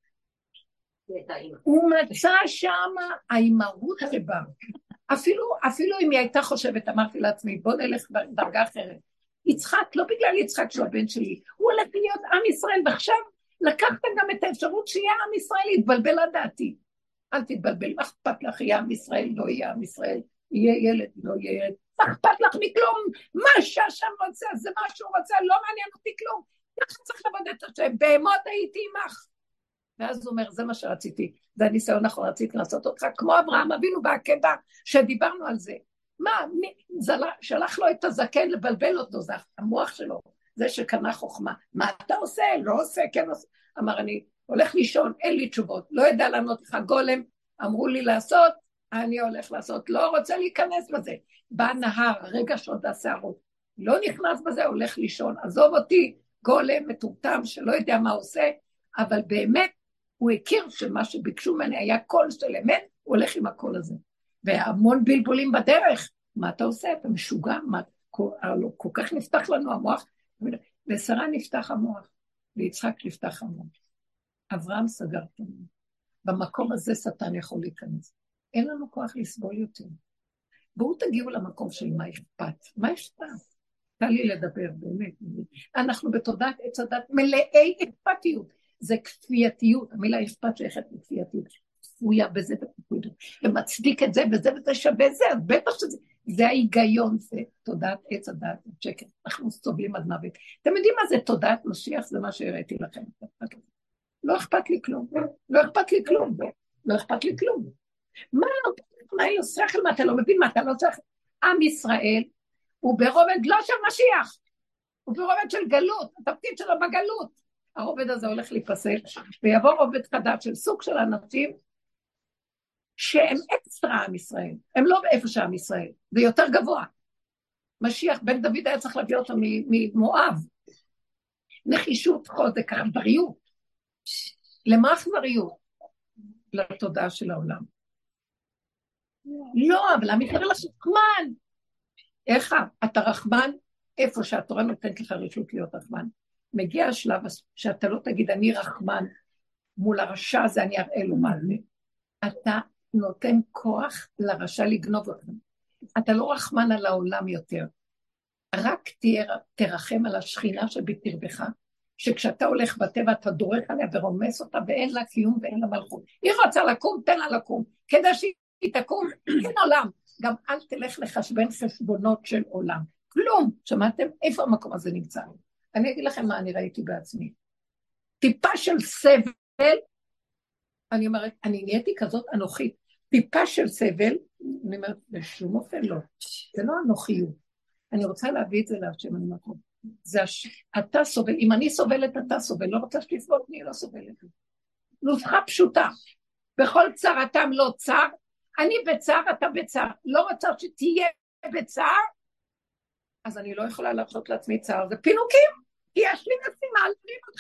הוא מצא שם האימהות שבה. אפילו, אפילו אם היא הייתה חושבת, אמרתי לעצמי, בוא נלך בדרגה אחרת. יצחק, לא בגלל יצחק שהוא הבן שלי, הוא הולך להיות עם ישראל, ועכשיו לקחת גם את האפשרות שיהיה עם ישראל, יתבלבל לדעתי. אל תתבלבל, מה אכפת לך, יהיה עם ישראל, לא יהיה עם ישראל, יהיה ילד, לא יהיה ילד. מה אכפת לך מכלום? מה שהשם רוצה, זה מה שהוא רוצה, לא מעניין אותי כלום. ככה צריך לעבוד את השם, בהמות הייתי עמך. ואז הוא אומר, זה מה שרציתי, זה הניסיון נכון, רציתי לעשות אותך, כמו אברהם אבינו בעקדה, שדיברנו על זה. מה, מי, שלח לו את הזקן לבלבל אותו, זה המוח שלו, זה שקנה חוכמה. מה אתה עושה? לא עושה, כן עושה. אמר, אני הולך לישון, אין לי תשובות, לא ידע לענות לך גולם, אמרו לי לעשות, אני הולך לעשות, לא רוצה להיכנס בזה. בא נהר, רגע שעוד השערות, לא נכנס בזה, הולך לישון, עזוב אותי, גולם מטומטם שלא יודע מה עושה, אבל באמת הוא הכיר שמה שביקשו ממני היה קול של אמת, הוא הולך עם הקול הזה. והמון בלבולים בדרך, מה אתה עושה? אתה משוגע, מה, כל, כל כך נפתח לנו המוח, לשרה נפתח המוח, ליצחק נפתח המוח. אברהם סגר את המוח. במקום הזה שטן יכול להיכנס. אין לנו כוח לסבול יותר. בואו תגיעו למקום של מה אכפת. מה אכפת? קל לי לדבר, באמת. אנחנו בתודעת עץ הדת מלאי אכפתיות. זה כפייתיות. המילה אכפת שייכת לכפייתיות. כפויה בזה וכפויה. ומצדיק את זה וזה וזה שווה זה. אז בטח שזה, זה ההיגיון, זה תודעת עץ הדת. שקר. אנחנו סובלים עד מוות. אתם יודעים מה זה תודעת משיח? זה מה שהראיתי לכם. לא אכפת לי כלום. לא אכפת לי כלום. לא אכפת לי כלום. מה לא? מה אין לו שכל? מה אתה לא מבין? מה אתה לא צריך? עם ישראל הוא ברובד לא של משיח, הוא ברובד של גלות, התפקיד שלו בגלות. הרובד הזה הולך להיפסק, ויבוא רובד חדש של סוג של אנשים, שהם אקסטרה עם ישראל, הם לא באיפה שעם ישראל, זה יותר גבוה. משיח בן דוד היה צריך להביא אותו ממואב, נחישות, חוזק, אכזריות. למה אכזריות? לתודעה של העולם. לא, אבל המקרה רחמן. איך אתה רחמן? איפה שהתורה נותנת לך רשות להיות רחמן. מגיע השלב שאתה לא תגיד אני רחמן, מול הרשע הזה אני אראה לו מה זה. אתה נותן כוח לרשע לגנוב אותם. אתה לא רחמן על העולם יותר. רק תהיה, תרחם על השכינה שבקרבך, שכשאתה הולך בטבע אתה דורך עליה ורומס אותה ואין לה קיום ואין לה מלכות. היא רוצה לקום, תן לה לקום. כדי שהיא תקום, אין עולם. גם אל תלך לחשבן חשבונות של עולם. כלום. שמעתם? איפה המקום הזה נמצא? אני אגיד לכם מה אני ראיתי בעצמי. טיפה של סבל, אני אומרת, אני נהייתי כזאת אנוכית. טיפה של סבל, אני אומרת, בשום אופן לא. זה לא אנוכיות. אני רוצה להביא את זה להשם, אני אומרת, זה הש... אתה סובל, אם אני סובלת, אתה סובל, לא רוצה שתסבול, אני לא סובלת. נוסחה פשוטה. בכל צר אתם לא צר, אני בצער, אתה בצער, לא רוצה שתהיה בצער, אז אני לא יכולה להרשות לעצמי צער, זה פינוקים, כי יש לי משימה להרים אותך.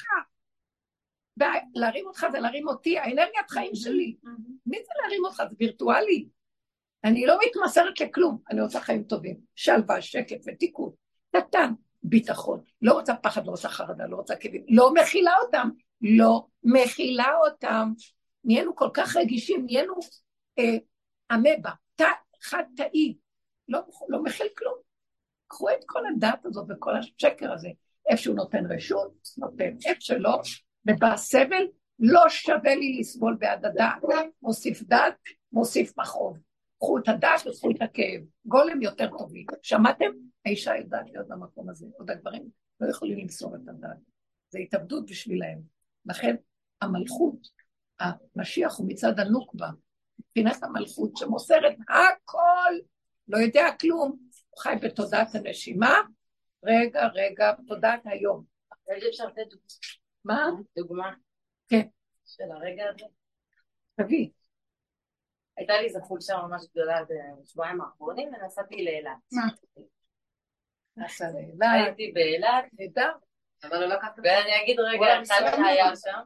להרים אותך זה להרים אותי, האנרגיית חיים שלי. מי זה להרים אותך? זה וירטואלי. אני לא מתמסרת לכלום, אני רוצה חיים טובים, שלווה, שקט ותיקון, קטן, ביטחון, לא רוצה פחד, לא רוצה חרדה, לא רוצה כאבים, לא מכילה אותם, לא מכילה אותם. נהיינו כל כך רגישים, נהיינו... אה, אמבה, תא, חד תאי, לא, לא מכיל כלום. קחו את כל הדת הזאת וכל השקר הזה, איפה שהוא נותן רשות, נותן איפה שלא, ובא סבל, לא שווה לי לסבול בעד הדת, מוסיף דת, מוסיף מכאוב. קחו את הדת וקחו את הכאב, גולם יותר טובי. שמעתם? האישה יודעת להיות במקום הזה, עוד הגברים לא יכולים למסור את הדת. זה התאבדות בשבילהם. לכן המלכות, המשיח הוא מצד הנוקבה, מבחינת המלכות שמוסרת הכל, לא יודע כלום, הוא חי בתודעת הנשימה, רגע, רגע, תודעת היום. רגע אפשר לתת דוגמה. מה? דוגמה. כן. של הרגע הזה. תביא. הייתה לי איזו חולשה ממש גדולה בשבועיים האחרונים, ונסעתי לאילת. מה? נסע לאילת. הייתי באילת. נדע. אבל לא לקחת. ואני אגיד רגע, אחד שהיה שם.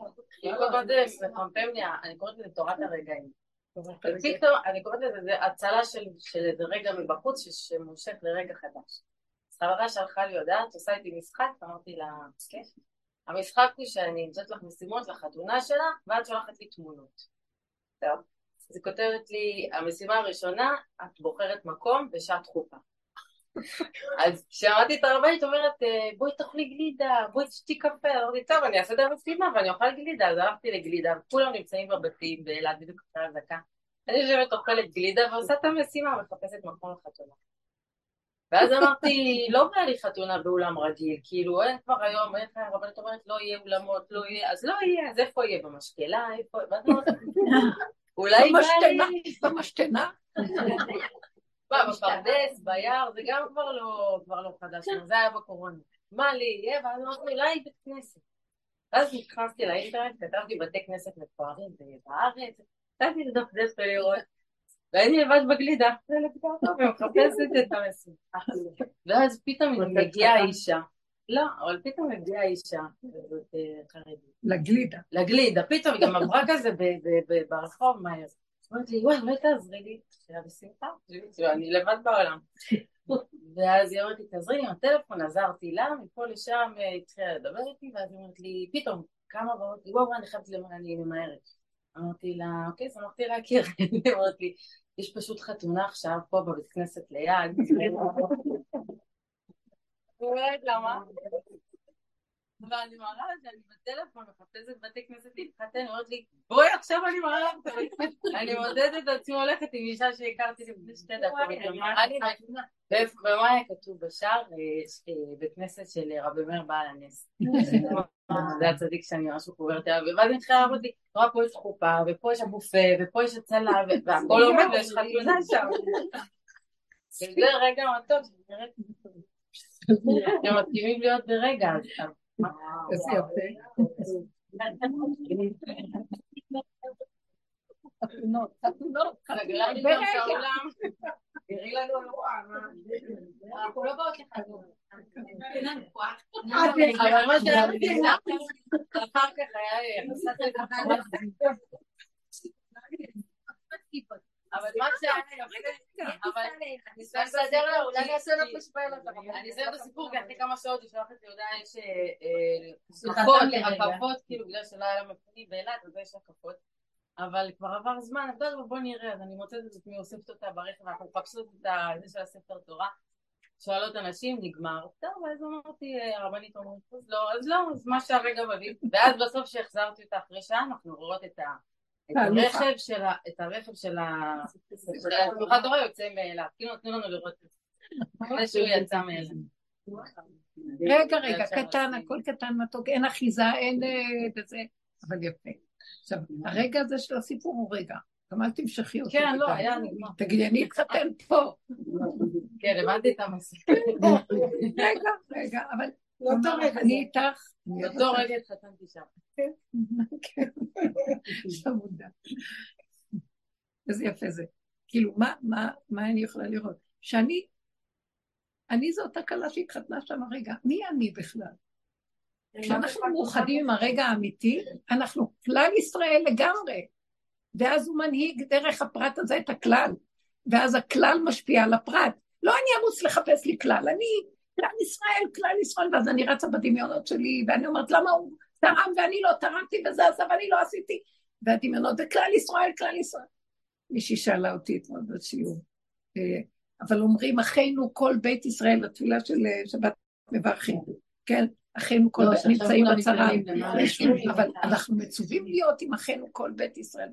אני קוראת לזה תורת הרגעים. ופתאום, אני קוראת לזה, זה הצלה של איזה רגע מבחוץ שמושך לרגע חדש. חברה שלחה לי יודעת, עושה איתי משחק, אמרתי לה, כן, המשחק הוא שאני נמצאת לך משימות לחתונה שלה, ואת שולחת לי תמונות. טוב, אז היא כותבת לי, המשימה הראשונה, את בוחרת מקום ושעת חופה. אז כשאמרתי את הרבנית, אומרת, בואי תאכלי גלידה, בואי תשתי קפה, אמרתי, טוב, אני אעשה את המשימה ואני אוכל גלידה, אז הלכתי לגלידה, וכולם נמצאים בבתים, באילת, בדיוק אחרי הזקה. אני יושבת אוכלת גלידה ועושה את המשימה, מחפשת מקום לחתונה. ואז אמרתי, לא בא לי חתונה באולם רגיל, כאילו, אין כבר היום, איך הרבנית אומרת, לא יהיה אולמות, לא יהיה, אז לא יהיה, אז איפה יהיה? במשקלה, איפה, ואז אמרתי, אולי בא לי... במשתנה? מה, בפרדס, ביער, זה גם כבר לא, כבר לא חדש, זה היה בקורונה. מה לי, יהיה, ואז אמרתי, אולי בית כנסת. ואז נכנסתי לאינטרנט, כתבתי בתי כנסת מפוארים בארץ, כתבתי לדף דף ולראות, ואני לבד בגלידה, ומחפשת את המסים. ואז פתאום מגיעה אישה, לא, אבל פתאום מגיעה אישה, לגלידה. לגלידה, פתאום היא גם עברה כזה ברחוב מהר. אמרתי לי, וואי, אולי תעזרי לי, שהיה בשמחה, אני לבד בעולם. ואז היא אומרת לי, תעזרי לי עם הטלפון, עזרתי לה, מפה לשם התחילה לדבר איתי, ואז היא אומרת לי, פתאום, כמה באות לי, וואו, אני חייבת למעלה, אני ממהרת. אמרתי לה, אוקיי, שמחתי להכיר. היא אמרת לי, יש פשוט חתונה עכשיו פה בבית כנסת ליד. אומרת למה? ואני מראה שאני בטלפון מחפשת בתי כנסת להתחתן, היא אומרת לי, בואי עכשיו אני מראה לך את הבית כנסת. אני מודדת את עצמי הולכת עם אישה שהכרתי לפני שתי דקות. ומה היה כתוב בשער? בית כנסת של רבי מאיר בעל הנס. זה הצדיק שאני ממש מחוברת אליו, ואז אני מתחילה לעבוד לי, רואה פה יש חופה, ופה יש הבופה, ופה יש הצלה, והכל עומד ויש חתונה שם. וזה רגע מתוק, הם מתאימים להיות ברגע. איזה יפה. חתונות, חתונות, חתונות, ברגע. תראי לנו אירוע, אנחנו לא באות לחתונה. אבל מה שאהבתי, אחר כך היה אבל מה שהיה, אבל אני צריכה לסדר לה, אולי אני אעשה לה פשפל אני אעשה את הסיפור, כי אחרי כמה שעות יש לך את יהודה, יש הקפות, הקפות, כאילו בגלל שלא היה לה מפני באילת, אז יש הקפות, אבל כבר עבר זמן, אבל בוא נראה, אז אני מוצאת את עצמי, אוספת אותה ברכב, אנחנו מחפשות את זה של הספר תורה, שואלות אנשים, נגמר, טוב, אז אמרתי, הרבנית אומרת, אז לא, אז לא, אז מה שהרגע מביא, ואז בסוף שהחזרתי אותה אחרי שעה, אנחנו רואות את ה... את הרכב של ה... את הרכב של ה... שמחת תורה יוצא מאליו, כאילו נתנו לנו לראות את זה, אחרי שהוא יצא מאליו. רגע, רגע, קטן, הכל קטן מתוק, אין אחיזה, אין וזה, אבל יפה. עכשיו, הרגע הזה של הסיפור הוא רגע, גם אל תמשכי אותו. כן, לא, היה נגמר. תגידי, אני אתחתן פה. כן, הבנתי את המסך. רגע, רגע, אבל אני איתך. אותו רגע התחתנתי שם. כן, שמודה. איזה יפה זה. כאילו, מה אני יכולה לראות? שאני, אני זו אותה קלה שהתחתנה שם הרגע. מי אני בכלל? כשאנחנו מאוחדים עם הרגע האמיתי, אנחנו כלל ישראל לגמרי. ואז הוא מנהיג דרך הפרט הזה את הכלל. ואז הכלל משפיע על הפרט. לא אני ארוץ לחפש לי כלל, אני כלל ישראל, כלל ישראל, ואז אני רצה בדמיונות שלי, ואני אומרת, למה הוא תרם ואני לא תרמתי וזה עשה ואני לא עשיתי, והדמיונות זה כלל ישראל, כלל ישראל. מישהי שאלה אותי אתמול בשיעור, אבל אומרים, אחינו כל בית ישראל, התפילה של שבת מברכים, כן? אחינו כל בית נמצאים בצרה, אבל אנחנו מצווים להיות עם אחינו כל בית ישראל.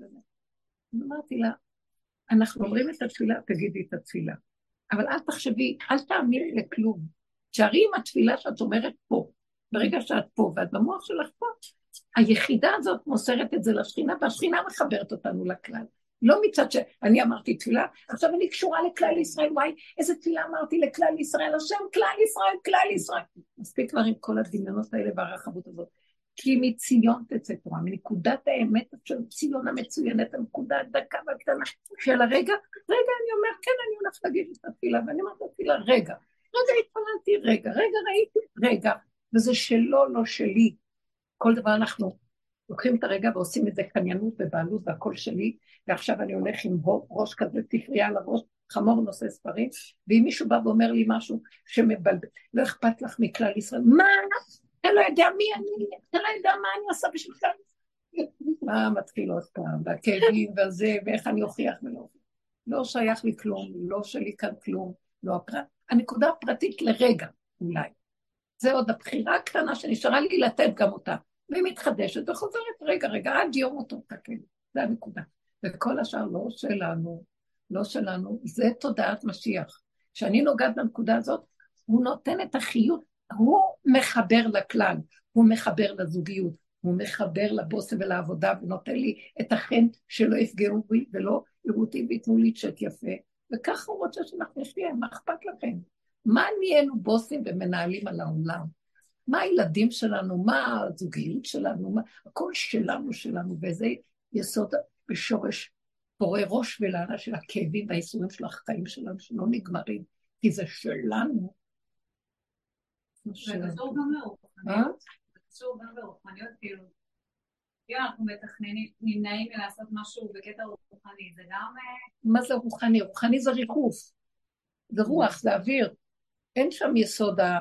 אמרתי לה, אנחנו אומרים את התפילה, תגידי את התפילה, אבל אל תחשבי, אל תאמיני לכלום, תשארי עם התפילה שאת אומרת פה, ברגע שאת פה ואת במוח שלך פה, היחידה הזאת מוסרת את זה לשכינה, והשכינה מחברת אותנו לכלל. לא מצד שאני אמרתי תפילה, עכשיו אני קשורה לכלל ישראל, וואי, איזה תפילה אמרתי לכלל ישראל, השם כלל ישראל, כלל ישראל. מספיק כבר עם כל הדמיונות האלה והרחבות הזאת. כי מציון תצא תורה, מנקודת האמת של ציון המצוינת, הנקודה הדקה והקטנה של הרגע, רגע אני אומר, כן, אני הולך להגיד את התפילה, ואני אומרת לתפילה, רגע, רגע התפללתי, רגע, רגע ראיתי, רגע, וזה שלו, לא שלי. כל דבר אנחנו לוקחים את הרגע ועושים את זה קניינות ובעלות והכל שלי, ועכשיו אני הולך עם ראש כזה ספרייה על הראש, חמור נושא ספרים, ואם מישהו בא ואומר לי משהו שמבלבל, לא אכפת לך מכלל ישראל, מה? אתה לא יודע מי אני, אתה לא יודע מה אני עושה בשביל כלל ישראל. מה מתחיל עוד פעם, והכאבים וזה, ואיך אני אוכיח ולא. לא שייך לי כלום, לא שלי כאן כלום, לא הפרט. הנקודה הפרטית לרגע, אולי. זה עוד הבחירה הקטנה שנשארה לי לתת גם אותה. והיא מתחדשת וחוזרת רגע, רגע, עד יום אותו תקן. זה הנקודה. וכל השאר לא שלנו, לא שלנו, זה תודעת משיח. כשאני נוגעת בנקודה הזאת, הוא נותן את החיות, הוא מחבר לכלל, הוא מחבר לזוגיות, הוא מחבר לבוסם ולעבודה, ונותן לי את החן שלא יפגעו בי, ולא יראו אותי ויתנו לי צ'ט יפה. וככה הוא רוצה שאנחנו נחיה, מה אכפת לכם? מה נהיינו בוסים ומנהלים על העולם? מה הילדים שלנו, מה הזוגיות שלנו, מה, הכל שלנו שלנו, וזה יסוד בשורש פורה ראש ולענה של הכאבים והאיסורים של החיים שלנו, שלא נגמרים, כי זה שלנו. זה קשור גם לרוחניות, זה קשור גם לרוחניות, כאילו, אם אנחנו מתכננים, נמנעים מלעשות משהו בקטע רוחני, זה גם... מה זה רוחני? רוחני זה ריחוף, זה רוח, זה אוויר, אין שם יסוד הפרט.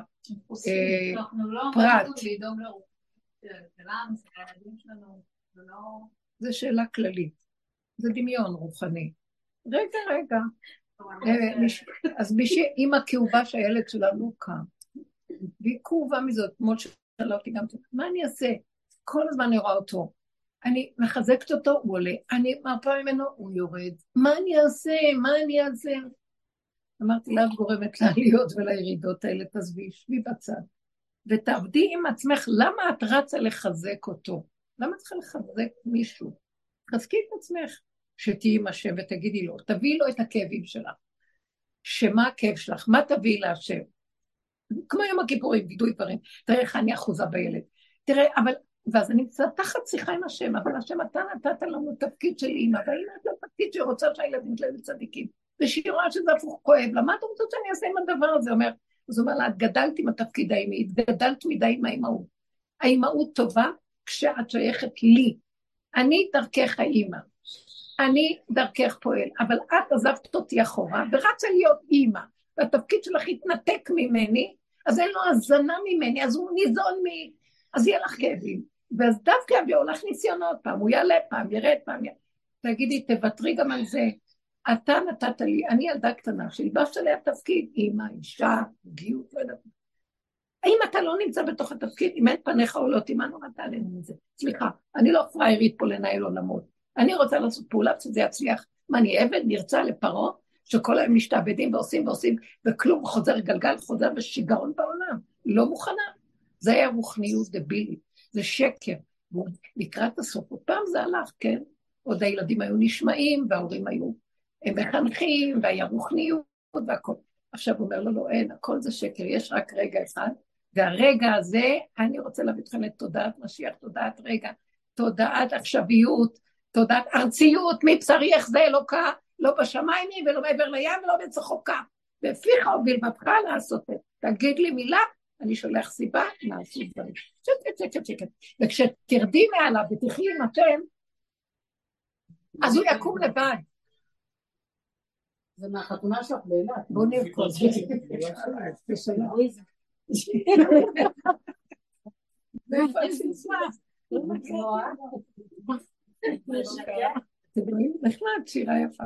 אנחנו לא אמרנו לדאוג לרוחניות שלנו, של הילדים שלנו, ולא... זה שאלה כללית. זה דמיון רוחני. רגע, רגע. אז מישהי, אמא כאובה שהילד שלנו קם, והיא כאובה מזאת, כמו ששאלה אותי גם, מה אני אעשה? כל הזמן אני רואה אותו. אני מחזקת אותו, הוא עולה. אני מרפה ממנו, הוא יורד. מה אני אעשה? מה אני אעשה? אמרתי לה, את גורמת לעליות ולירידות האלה, תעזבי, שבי בצד. ותעבדי עם עצמך, למה את רצה לחזק אותו? למה את צריכה לחזק מישהו? חזקי את עצמך, שתהיי עם השם ותגידי לו, תביאי לו את הכאבים שלך. שמה הכאב שלך? מה תביאי להשם? כמו יום הכיפורים, וידוי דברים. תראה איך אני אחוזה בילד. תראה, אבל, ואז אני קצת תחת שיחה עם השם, אבל השם אתה נתת לנו תפקיד של אימא, והאימא את התפקיד שרוצה שהילדים שלהם צדיקים. ושהיא רואה שזה הפוך כואב, למה אתה רוצה שאני אעשה עם הדבר הזה? אומר, אז הוא אומר לה, את גדלת עם התפקיד האימי, התגדלת מדי עם האימהות. האימהות טובה כשאת שייכת לי. אני דרכך האימא. אני דרכך פועל, אבל את עזבת אותי אחורה, ורצה להיות אימא, והתפקיד שלך התנתק ממני, אז אין לו הזנה ממני, אז הוא ניזון מ... אז יהיה לך כאבים. ואז דווקא יביאו לך ניסיונות פעם, הוא יעלה פעם, ירד פעם, יעלה. תגידי, תוותרי גם על זה. אתה נתת לי, אני ילדה קטנה, שלבשת עליה תפקיד, אימא, אישה, גיוט, לא יודעת. האם אתה לא נמצא בתוך התפקיד, אם אין פניך או לא, תימא נורתה עלינו מזה. סליחה, אני לא פריירית פה לנהל עולמות. אני רוצה לעשות פעולה שזה יצליח. מה, אני עבד, נרצה לפרו, שכל היום משתעבדים ועושים ועושים, וכלום חוזר גלגל, חוזר בשיגעון בעולם. לא מוכנה. זה היה רוחניות דבילית, זה שקר. לקראת הסוף, פעם זה הלך, כן? עוד הילדים היו נשמעים, וההורים היו מחנכים, והיה רוחניות והכל. עכשיו הוא אומר לו, לא, אין, הכל זה שקר, יש רק רגע אחד, והרגע הזה, אני רוצה להביא אתכם לתודעת משיח, תודעת רגע, תודעת עכשוויות, תודעת ארציות, מבשרי איך זה אלוקה, לא בשמיים ולא מעבר לים ולא בצחוקה, ופיך הוביל בבך לעשות את, תגיד לי מילה, אני שולח סיבה, נעשו דברים. שקט, שקט, שקט. וכשתרדי מעליו ותחי עם השם, אז הוא יקום לבד. זה מהחתונה שלך באילת. בוא נרקוד. אתם רואים? נחמד, שירה יפה.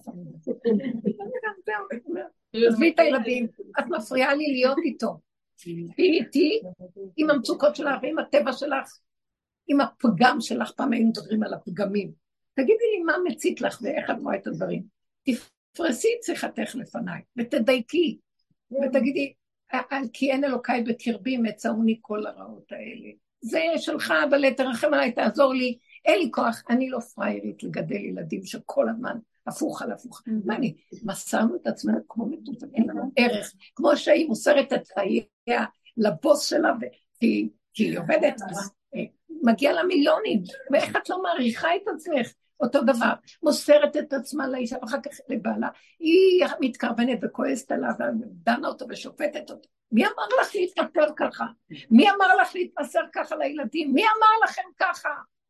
תעזבי את הילדים, את מפריעה לי להיות איתו. היא איתי, עם המצוקות שלך ועם הטבע שלך, עם הפגם שלך, פעם היינו מדברים על הפגמים. תגידי לי מה מצית לך ואיך את רואה את הדברים. תפרסי את שיחתך לפניי, ותדייקי, ותגידי, כי אין אלוקיי בקרבי, מצאוני כל הרעות האלה. זה שלך, אבל תרחם עליי, תעזור לי, אין לי כוח, אני לא פריירית לגדל ילדים שכל הזמן הפוך על הפוך. מה אני, מסרנו את עצמנו כמו מטוטה, אין לנו ערך, כמו שהיא מוסרת את חייה לבוס שלה, כי היא עובדת, אז מגיע לה מיליונים, ואיך את לא מעריכה את עצמך? אותו דבר, מוסרת את עצמה לאישה, ואחר כך לבעלה, היא מתקרבנת וכועסת עליו, ודנה אותו ושופטת אותו. מי אמר לך להתפטר ככה? מי אמר לך להתמסר ככה לילדים? מי אמר לכם ככה?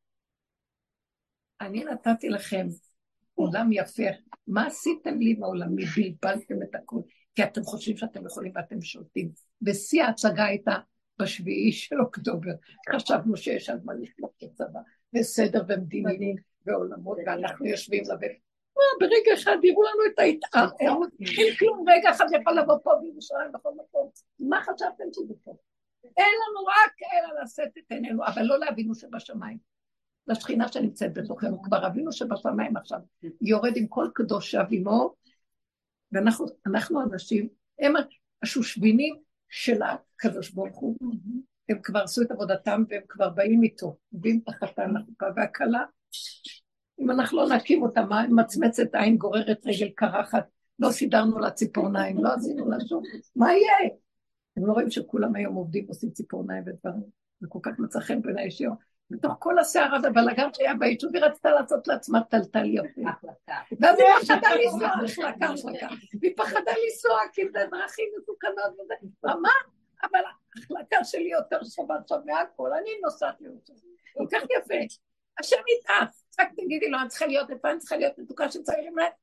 אני נתתי לכם עולם יפה. מה עשיתם לי בעולם? מי בלבלתם את הכל? כי אתם חושבים שאתם יכולים ואתם שולטים. בשיא ההצגה הייתה בשביעי של אוקטובר. חשבנו שיש על מה לשלוח לצבא, וסדר ומדינים ועולמות, ואנחנו יושבים לבית. מה, ברגע אחד יראו לנו את ההתאר, אין כלום, רגע אחד יכול לבוא פה בירושלים בכל מקום. מה חשבתם שזה פה? אין לנו רק אלא לשאת את עינינו, אבל לא להבינו שבשמיים. לשכינה שנמצאת בתוכנו, כבר אבינו שבשמיים עכשיו, יורד עם כל קדושה עמו, ואנחנו אנשים, הם השושבינים של הקדוש ברוך הוא, הם כבר עשו את עבודתם, והם כבר באים איתו, מביאים את החתן, החופה והקלה, אם אנחנו לא נקים אותה, מה מצמצת עין, גוררת רגל קרחת, לא סידרנו לה ציפורניים, לא עשינו לה שום, מה יהיה? הם לא רואים שכולם היום עובדים, עושים ציפורניים ודברים, זה כל כך מצא חן בין האישיות, בתוך כל הסערה והבלגן שהיה ביישוב, היא רצתה לעשות לעצמה טלטל יפה. ואז היא פחדה לנסוע, החלקה, החלקה. והיא פחדה לנסוע, כי זה דרכים מסוכנות וזה. ומה? אבל ההחלקה שלי יותר שווה עכשיו מהכל, אני נוסעת ליותר. כל כך יפה. השם איתך, רק תגידי לו, אני צריכה להיות איפה, אני צריכה להיות מתוקה שצריכים לה.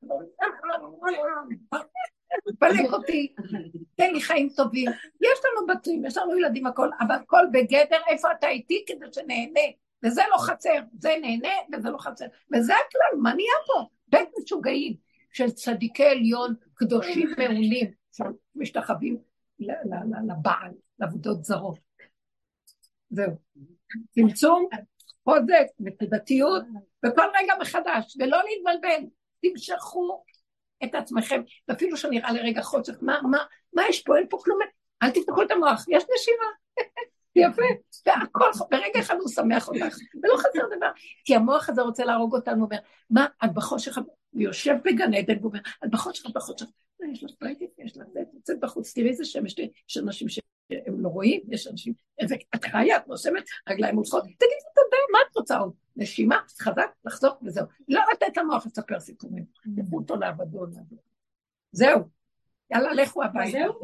פלק אותי, תן לי חיים טובים. יש לנו בתים, יש לנו ילדים הכל, אבל הכל בגדר, איפה אתה איתי כדי שנהנה. וזה לא חצר, זה נהנה וזה לא חצר, וזה הכלל, מה נהיה פה? בית משוגעים של צדיקי עליון, קדושים מעולים, שמשתחווים לבעל, לעבודות זרות. זהו. צמצום, חוזק, נקודתיות, וכל רגע מחדש, ולא להתבלבל, תמשכו את עצמכם, ואפילו שנראה לרגע חושך, מה, מה, מה יש פה? אין פה כלום, אל תפתחו את המוח, יש נשימה, יפה, והכל, ברגע אחד הוא שמח אותך, ולא חסר דבר, כי המוח הזה רוצה להרוג אותנו, אומר, מה, את בחושך, הוא יושב בגן עדן, והוא אומר, את בחושך, את בחושך, יש לך פרייטית, יש לך זה, תצאת בחוץ, תראי איזה שמש, יש אנשים שהם לא רואים, יש אנשים, את חיה, את נושמת, רגליים מולכות, תגידי תודה, מה את רוצה עוד? נשימה, חזק, לחזור, וזהו. לא לתת למוח לספר סיפורים, תפו אותו לעבדון. זהו, יאללה, לכו הביתה. זהו?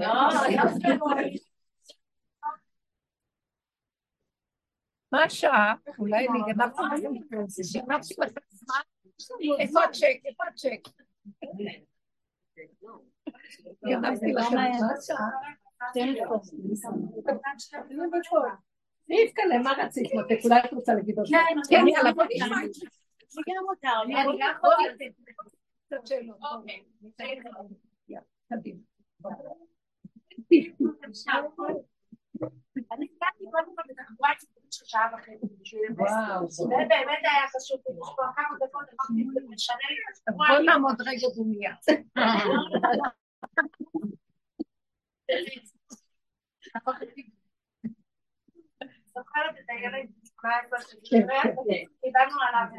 מה השעה? אולי אני גנבתי לכם זמן? איפה הצ'ק? איפה הצ'ק? גנבתי לכם מה השעה? רבקה, למה רצית מותק? אולי את רוצה להגיד אותה? כן, יאללה, בוא נשמע. זה גם מותר. אני גם יכולה קצת שאלות. יאללה, קדימה. אני קצתי קודם כל בתחבורה הציבורית של שעה וחצי בשביל לבוא. זה באמת היה חשוב, יש פה כמה דקות, אמרתי, משנה לי. בוא נעמוד רגע דומיה. זוכרת את הילד קיבלנו עליו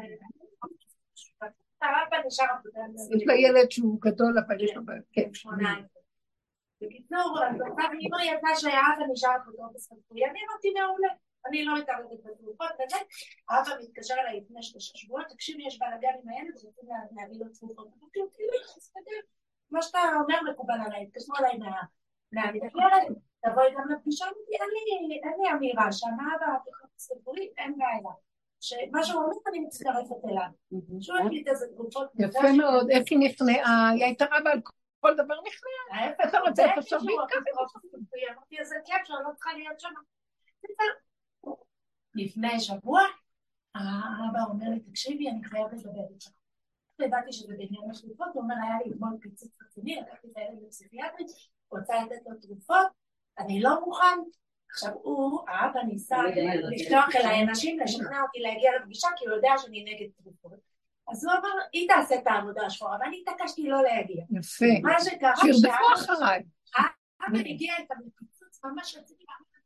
יש לה ילד שהוא גדול אבל יש לו שמונה בקיצור, אמא יצא שהאבא נשאר אפוטרופוס רפואי, אני אמרתי מעולה, אני לא מתערבת בתרופות וזה, האבא מתקשר אליי לפני שלושה שבועות, תקשיב, יש בלגן עם הילד, רוצים להביא לו תרופות, אמרתי לו, תראי, תסתדר, מה שאתה אומר מקובל עליי, התקשרו עליי מהמתקלת, תבואי גם לפגישה, אין לי אמירה, שהאבא אפוטרופוס רפואי, אין בעיה, שמה שהוא אומר אני מצטרפת אליו, שהוא החליט איזה תרופות. יפה מאוד, איך היא נכנעה, היא הייתה רבה על כל דבר נכנעה, אתה רוצה את השבים ככה? אמרתי איזה כיף שאני לא צריכה להיות שם. לפני שבוע, האבא אומר לי, תקשיבי, אני חייבת לדבר איתך. ידעתי שזה בעניין השליפות, הוא אומר, היה לי אתמול פיצוץ רציני, לקחתי את הילד לפסיכיאטרית, רוצה לתת לו תרופות, אני לא מוכן. עכשיו הוא, האבא ניסה לפתוח אליי אנשים, לשכנע אותי להגיע לפגישה, כי הוא יודע שאני נגד תרופות. אז הוא אמר, היא תעשה את העבודה השחורה, ואני התעקשתי לא להגיע. יפה. מה שקרה, שירדפו אחריי. האבא הגיע את הפיצוץ, ממש רציתי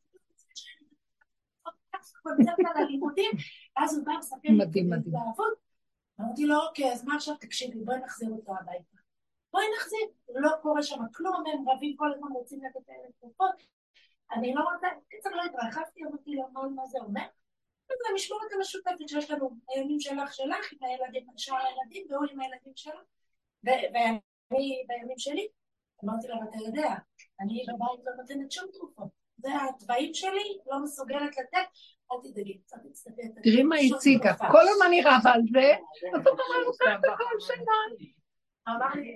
להגיד על הלימודים, ואז הוא בא מספר מדהים, מדהים. לעבוד. אמרתי לו, אוקיי, אז מה עכשיו תקשיבי, בואי נחזיר אותו הביתה. בואי נחזיר, לא קורה שם כלום, הם רבים כל הזמן רוצים לתת אלה תרופות. אני לא רוצה, קצת לא התרחבתי, אמרתי לו, מה זה אומר? זה המשמורת המשותפת שיש לנו, הימים שלך שלך, עם הילדים, שאר הילדים, והוא עם הילדים שלו, ואני בימים שלי, אמרתי לו, אתה יודע, אני בבית לא נותנת שום תרופות, זה הטבעים שלי, לא מסוגלת לתת, אל תדאגי, קצת תצטפי את זה. תראי מה הציגה, כל הזמן היא רבה על זה, אז אתה אומר, הוא קראת כל שנה. אמרתי,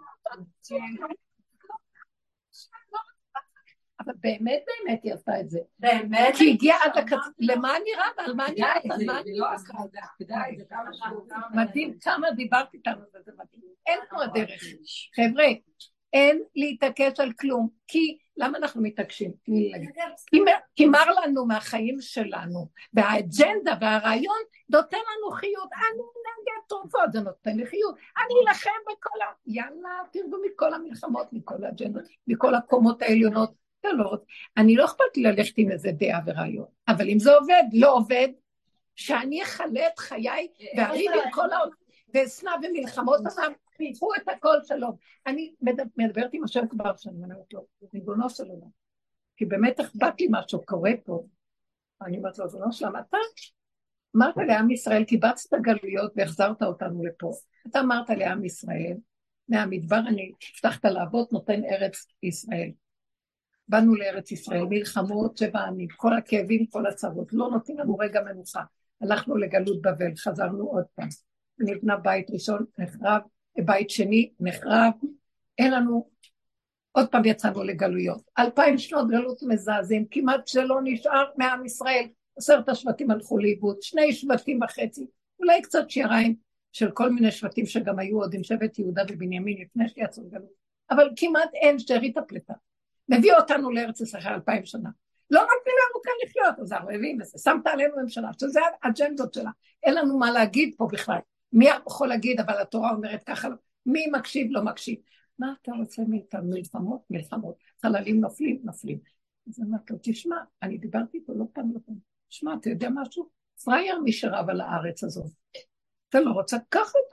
אבל באמת באמת היא עשתה את זה. באמת? כי הגיעה עד הקצה, למה אני רבה? על מה אני רבה? על מה אני רבה? מדהים, כמה דיברתי איתנו, זה מדהים. אין כמו הדרך. חבר'ה, אין להתעקש על כלום, כי למה אנחנו מתעקשים? כי מר לנו מהחיים שלנו, והאג'נדה והרעיון נותן לנו חיות, אני נגד תרופות, זה נותן לי חיות, אני אלחם בכל ה... יאללה, תרדו מכל המלחמות, מכל האג'נדות, מכל הקומות העליונות, אני לא אכפת לי ללכת עם איזה דעה ורעיון, אבל אם זה עובד, לא עובד, שאני אחלה את חיי והריב עם כל העולם, ואסנה ומלחמות אותם, פיתחו את הכל שלום. אני מדברת עם השם כבר שאני מנהלת לו, ריבונו של עולם, כי באמת אכפת לי משהו קורה פה, אני אומרת לו, ריבונו שלם, אתה אמרת לעם ישראל, קיבצת גלויות והחזרת אותנו לפה, אתה אמרת לעם ישראל, מהמדבר אני הבטחת לעבוד, נותן ארץ ישראל. באנו לארץ ישראל, מלחמות שבאנו, כל הכאבים, כל הצרות, לא נותנים לנו רגע מנוחה. הלכנו לגלות בבל, חזרנו עוד פעם. נבנה בית ראשון, נחרב, בית שני, נחרב. אין לנו, עוד פעם יצאנו לגלויות. אלפיים שנות גלות מזעזעים, כמעט שלא נשאר מעם ישראל, עשרת השבטים הלכו לאיבוד, שני שבטים וחצי, אולי קצת שיריים של כל מיני שבטים שגם היו עוד עם שבט יהודה ובנימין לפני שיצאו גלות, אבל כמעט אין שארית הפלטה. מביא אותנו לארץ ישראל אלפיים שנה. לא נותנים לנו כאן לחיות, אז אנחנו מביאים בזה, שמת עלינו ממשלה, שזה האג'נדות שלה, אין לנו מה להגיד פה בכלל. מי יכול להגיד, אבל התורה אומרת ככה, מי מקשיב לא מקשיב. מה אתה רוצה מאיתנו? מלחמות, מלחמות, חללים נופלים, נופלים. אז אמרתי לו, תשמע, אני דיברתי איתו לא פעם, לא פעם. תשמע, אתה יודע משהו? פרייר מי שרב על הארץ הזאת. אתה לא רוצה, קח אותה.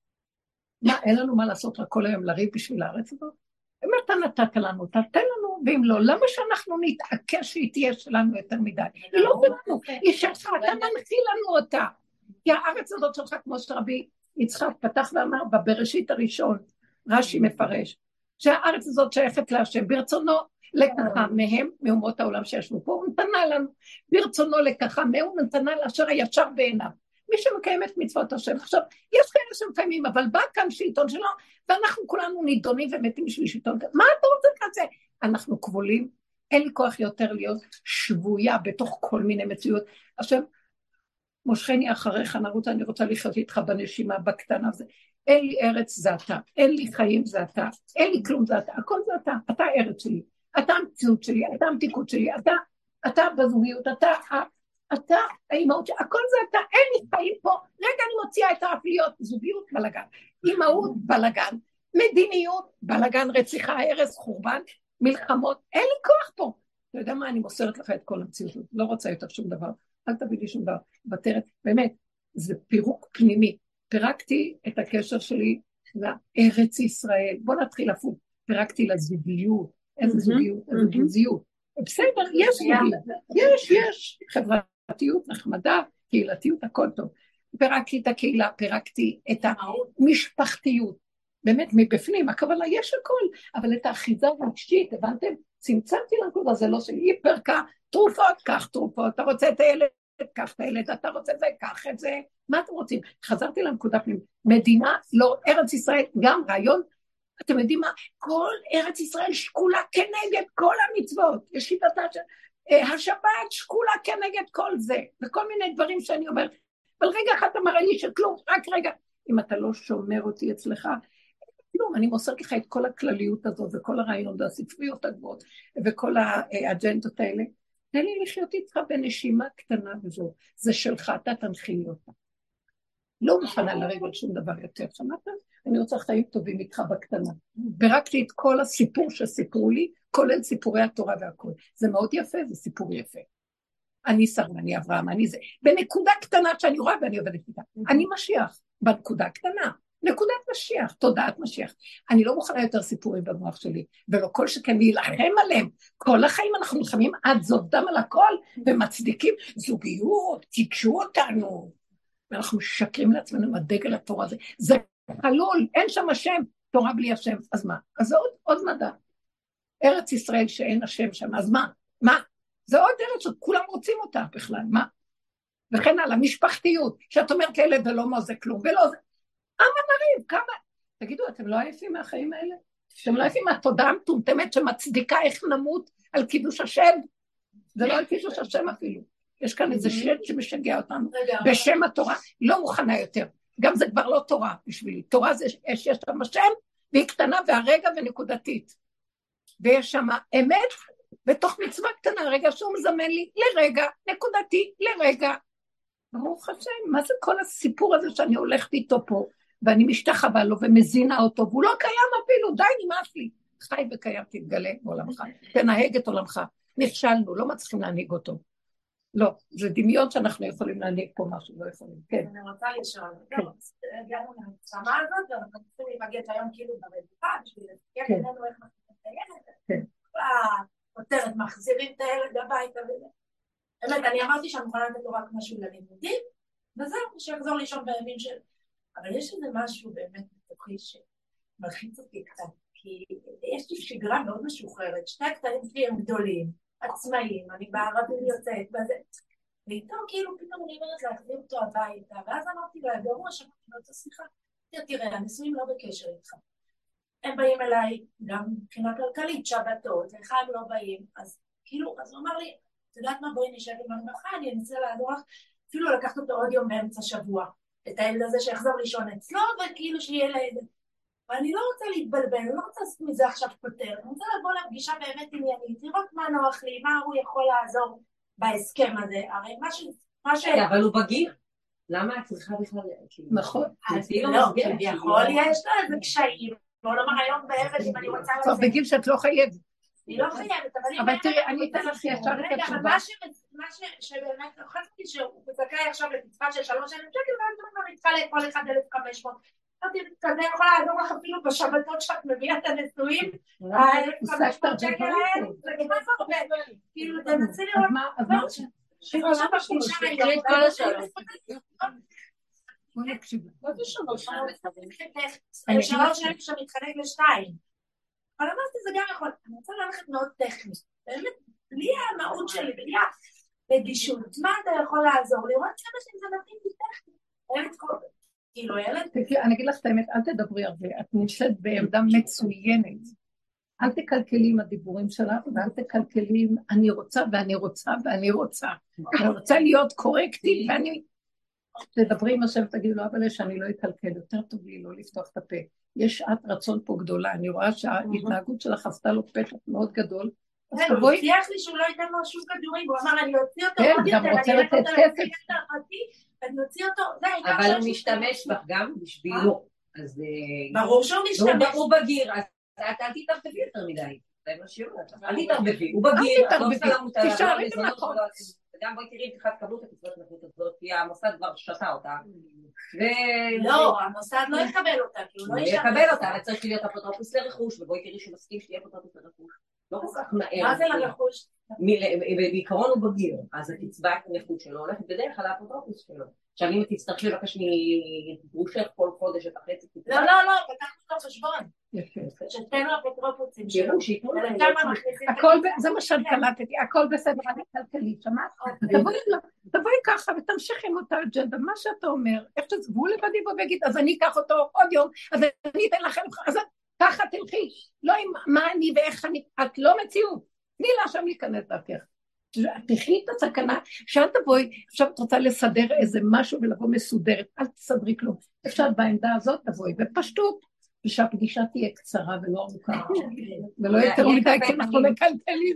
מה, אין לנו מה לעשות רק כל היום לריב בשביל הארץ הזאת? אם אתה נתת לנו, תתן לנו, ואם לא, למה שאנחנו נתעקש שהיא תהיה שלנו יותר מדי? היא לא שלנו, היא שלך, אתה מנחיל לנו אותה. כי הארץ הזאת שלך, כמו שרבי יצחק פתח ואמר, בבראשית הראשון, רש"י מפרש, שהארץ הזאת שייכת להשם, ברצונו לקחה מהם, מאומות העולם שישבו פה, הוא נתנה לנו, ברצונו לקחה מהם, הוא נתנה לאשר הישר בעיניו. מי שמקיים את מצוות השם. עכשיו, יש כאלה שמקיימים, אבל בא כאן שלטון שלו, ואנחנו כולנו נידונים ומתים בשביל שלטון. מה אתה רוצה כזה? אנחנו כבולים, אין לי כוח יותר להיות שבויה בתוך כל מיני מציאות. עכשיו, מושכני אחריך, נרוץ, אני רוצה לחיות איתך בנשימה, בקטנה הזה. אין לי ארץ זה אתה, אין לי חיים זה אתה, אין לי כלום זה אתה, הכל זה אתה, אתה הארץ שלי, אתה המציאות שלי, אתה המתיקות שלי, אתה, אתה בזוגיות, אתה, אתה האימהות שלי, הכל זה אתה, אין לי חיים פה, רגע אני מוציאה את האפליות, זוגיות בלגן, אימהות בלגן, מדיניות בלגן, רציחה, הרס, חורבן, מלחמות, אין לי כוח פה. אתה יודע מה, אני מוסרת לך את כל המציאות, לא רוצה יותר שום דבר, אל תביא לי שום דבר, בטרת, באמת, זה פירוק פנימי, פירקתי את הקשר שלי לארץ ישראל, בוא נתחיל הפוך, פירקתי לזוגיות, איזה זוגיות, איזה גזיות, בסדר, יש זוגיות, יש, יש, חברתיות, נחמדה, קהילתיות, הכל טוב, פירקתי את הקהילה, פירקתי את המשפחתיות, באמת מבפנים, הכוונה יש הכל, אבל את האחיזה הרגשית, הבנתם? צמצמתי לנקודה, זה לא שלי, היא פרקה, תרופות, קח תרופות, אתה רוצה את הילד, קח את הילד, אתה רוצה זה, קח את זה, מה אתם רוצים? חזרתי לנקודה פנים, מדינה, לא, ארץ ישראל, גם רעיון, אתם יודעים מה? כל ארץ ישראל שקולה כנגד כל המצוות, ישיבתה של, השבת שקולה כנגד כל זה, וכל מיני דברים שאני אומרת, אבל רגע אחד אתה מראה לי שכלום, רק רגע, אם אתה לא שומר אותי אצלך, כלום, אני מוסרת לך את כל הכלליות הזאת, וכל הרעיונות והספריות הגבוהות, וכל האג'נדות האלה, תן לי לחיות איתך בנשימה קטנה וזו, זה שלך, אתה תנחיל אותה. לא מוכנה לריב על שום דבר יותר, שמעת? אני רוצה חיים טובים איתך בקטנה. ברקתי את כל הסיפור שסיפרו לי, כולל סיפורי התורה והכל. זה מאוד יפה, זה סיפור יפה. אני שרה, אני אברהם, אני זה. בנקודה קטנה שאני רואה ואני עובדת איתה. אני משיח, בנקודה קטנה. נקודת משיח, תודעת משיח. אני לא מוכנה יותר סיפורים במוח שלי, ולא כל שכן להילחם עליהם. כל החיים אנחנו נלחמים עד זאת דם על הכל, ומצדיקים זוגיות, תיגשו אותנו. ואנחנו שקרים לעצמנו הדגל התורה הזה. זה חלול, אין שם השם, תורה בלי השם. אז מה? אז זה עוד, עוד מדע. ארץ ישראל שאין השם שם, אז מה? מה? זה עוד ארץ שכולם רוצים אותה בכלל, מה? וכן הלאה, משפחתיות, שאת אומרת לילד ולא מה זה כלום, ולא זה. כמה נריב, כמה? תגידו, אתם לא עייפים מהחיים האלה? אתם לא עייפים מהתודעה המטומטמת שמצדיקה איך נמות על קידוש השם? זה לא על קידוש השם אפילו. יש כאן איזה שד שמשגע אותנו. בשם התורה, לא מוכנה יותר. גם זה כבר לא תורה בשבילי. תורה זה יש שם השם, והיא קטנה והרגע ונקודתית. ויש שם אמת, בתוך מצווה קטנה, רגע שהוא מזמן לי לרגע, נקודתי, לרגע. ברוך השם, מה זה כל הסיפור הזה שאני הולכת איתו פה, ואני משתחווה לו ומזינה אותו, והוא לא קיים אפילו, די נמאס לי. חי וקיים, תתגלה בעולמך, תנהג את עולמך. נכשלנו, לא מצליחים להנהיג אותו. לא, זה דמיון שאנחנו יכולים להנהיג פה משהו, לא יכולים. כן. אני רוצה לשאול, הגענו להצלמה הזאת, ואנחנו צריכים להימגד היום כאילו ברדיפה, בשביל להסתכל עלינו איך מחזירים את הילד. כן. הכותרת, מחזירים את הילד הביתה וזה. באמת, אני אמרתי שאני מוכנה לתת לו רק משהו ללימודים, וזהו, שיחזור לישון בימים של... אבל יש איזה משהו באמת בתוכי שמלחיץ אותי קצת, כי יש לי שגרה מאוד משוחררת, שני הקטנים שלי הם גדולים, עצמאים, אני בערבים יוצאת, וזה... ואיתו כאילו פתאום אני אומרת להחזיר אותו הביתה, ואז אמרתי לו, הגרוע שמעתי לו את השיחה, תראה, הנישואים לא בקשר איתך. הם באים אליי גם מבחינה כלכלית, שבתות, איך הם לא באים, אז כאילו, אז הוא אמר לי, את יודעת מה, בואי נשב עם הרווחה, אני אנסה לעזור לך, אפילו לקחת אותו עוד יום באמצע שבוע, את הילד הזה שיחזור לישון אצלו, וכאילו שיהיה לילד. ואני לא רוצה להתבלבל, אני לא רוצה לעשות מזה עכשיו כותר, אני רוצה לבוא לפגישה באמת עניינית, לראות מה נוח לי, מה הוא יכול לעזור בהסכם הזה, הרי מה ש... מה ש... אבל הוא בגיר. למה את צריכה בכלל... נכון. אז לא, כביכול יש לו איזה קשיים, בוא נאמר היום בערב אם אני רוצה לצאת. טוב, בגיל שאת לא חייבת. אני לא חייבת, אבל... אבל תראי, אני אתן לך ישר את רגע, אבל התשובה. מה שבאמת, חשבתי שהוא זכאי עכשיו לקצבה של שלוש אלף שקל, ואז הוא נצפה לכל אחד אלף וחמש מאות. חשבתי, כזה יכול לעזור לך אפילו בשבתות שאת מביאה את הנשואים, ה-אלף וחמש מאות שקל האלה, זה כמעט הרבה. כאילו, תנסי לראות מה... אז מה? שירה, למה שלוש? תקריא את כל השאלות. בוא נקשיב. מה זה שלוש? שלוש אלף שמתחלק לשתיים. אבל אמרתי, זה גם יכול. אני רוצה ללכת מאוד טכנית. באמת, בלי המהות שלי, בלי הרגישות. מה אתה יכול לעזור? לראות כמה שזה מתאים לי טכנית. ילד כל... כאילו, ילד... אני אגיד לך את האמת, אל תדברי הרבה. את נמצאת בעמדה מצוינת. אל תקלקלי עם הדיבורים שלך, ואל תקלקלי עם אני רוצה ואני רוצה ואני רוצה. אני רוצה להיות קורקטית, ואני... תדברי עם השם, תגידו לו, אבל שאני לא אקלקל, יותר טוב לי לא לפתוח את הפה. יש שעת רצון פה גדולה, אני רואה שההתנהגות שלך עשתה לו פתח מאוד גדול. הוא הבטיח לי שהוא לא ייתן לו שום כדורים, הוא אמר, אני אוציא אותו עוד יותר, אני אלך אותו לפסיכיאטר הפרטי, ואני אוציא אותו, אבל הוא משתמש בך גם בשבילו. ברור שהוא משתמש. הוא בגיר, אז אל תתערבבי יותר מדי. אל תתערבבי, הוא בגיר, תשארי במקום. וגם בואי תראי, תחת קבלו את הקצבת נכות הזאת, כי המוסד כבר שתה אותה. לא, המוסד לא יקבל אותה, כי הוא לא יקבל אותה, אבל צריך להיות אפוטרופוס לרכוש, ובואי תראי שהוא מסכים שתהיה אפוטרופוס לרכוש. לא כל כך מהר. מה זה לרכוש? בעיקרון הוא בגיר, אז הקצבת נכות שלו הולכת בדרך כלל האפוטרופוס שלו. עכשיו אם תצטרכי לבקש מגרושך כל חודש את החצי קצבת. לא, לא, לא, פתחנו לו חשבון. שתנו אפוטרופוסים שלו. זה מה שאני קלטתי, הכל בסדר, אני כלכלית, שמעת? תבואי ככה ותמשיך עם אותה אג'נדה, מה שאתה אומר, איך שזבו לבדי בו ויגיד, אז אני אקח אותו עוד יום, אז אני אתן לכם, אז ככה תלכי, לא עם מה אני ואיך אני, את לא מציאות, תני לה שם להיכנס דרכך. תחי את הסכנה, שאל תבואי, עכשיו את רוצה לסדר איזה משהו ולבוא מסודרת, אל תסדרי כלום, אפשר בעמדה הזאת תבואי בפשטות, ושהפגישה תהיה קצרה ולא ארוכה, ולא יותר מדי, כי אנחנו מקלקלים.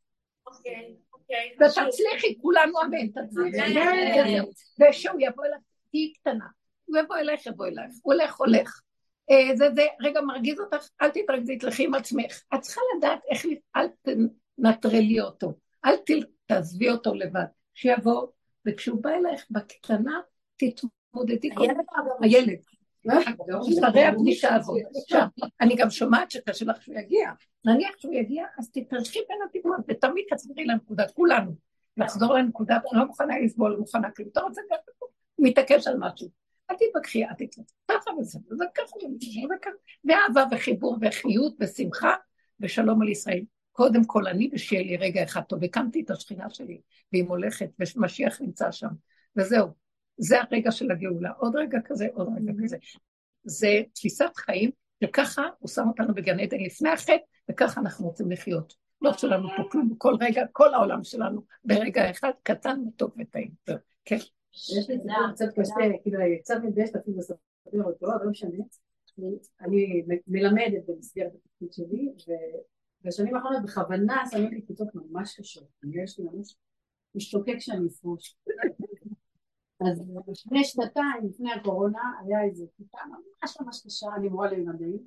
ותצליחי, כולנו אמן, תצליחי. ושהוא יבוא אליך, תהי קטנה, הוא יבוא אליך, יבוא אליך, הוא הולך, הולך. זה, זה, רגע מרגיז אותך, אל תתרגזי, תלכי עם עצמך. את צריכה לדעת איך, אל תנטרלי אותו, אל תעזבי אותו לבד. שיבוא, וכשהוא בא אליך בקטנה, תתמודדי. הילד. אחרי הפגישה הזאת. אני גם שומעת שקשה לך שהוא יגיע. נניח שהוא יגיע, אז תתרחי בין הטיפול, ותמיד תסבירי לנקודה, כולנו. לחזור לנקודה, אני לא מוכנה לסבול, לא מוכנה, כי אתה רוצה ככה, מתעקש על משהו. אל תתבקחי, אל תתבקחי, ככה וזה, וזה ככה וככה, ואהבה וחיבור וחיות ושמחה ושלום על ישראל. קודם כל אני ושיהיה לי רגע אחד טוב, הקמתי את השכינה שלי, והיא מולכת, ומשיח נמצא שם, וזהו. זה הרגע של הגאולה, עוד רגע כזה, עוד רגע כזה. זה תפיסת חיים, וככה הוא שם אותנו בגן עדן לפני החטא, וככה אנחנו רוצים לחיות. לא שלנו פה כלום, כל רגע, כל העולם שלנו, ברגע אחד קטן וטוב וטעים. כן. יש לי סיפור קצת קשה, כאילו, קצת מתביישת אפילו לספר אותו, אבל לא משנה. אני מלמדת במסגרת התפקיד שלי, ובשנים האחרונות בכוונה שמים לי קבוצות ממש קשות. אני יש לי ממש משתוקק שאני אפרוש. אז לפני שנתיים, לפני הקורונה, היה איזו כיתה ממש ממש קשה, אני מורה למדעים,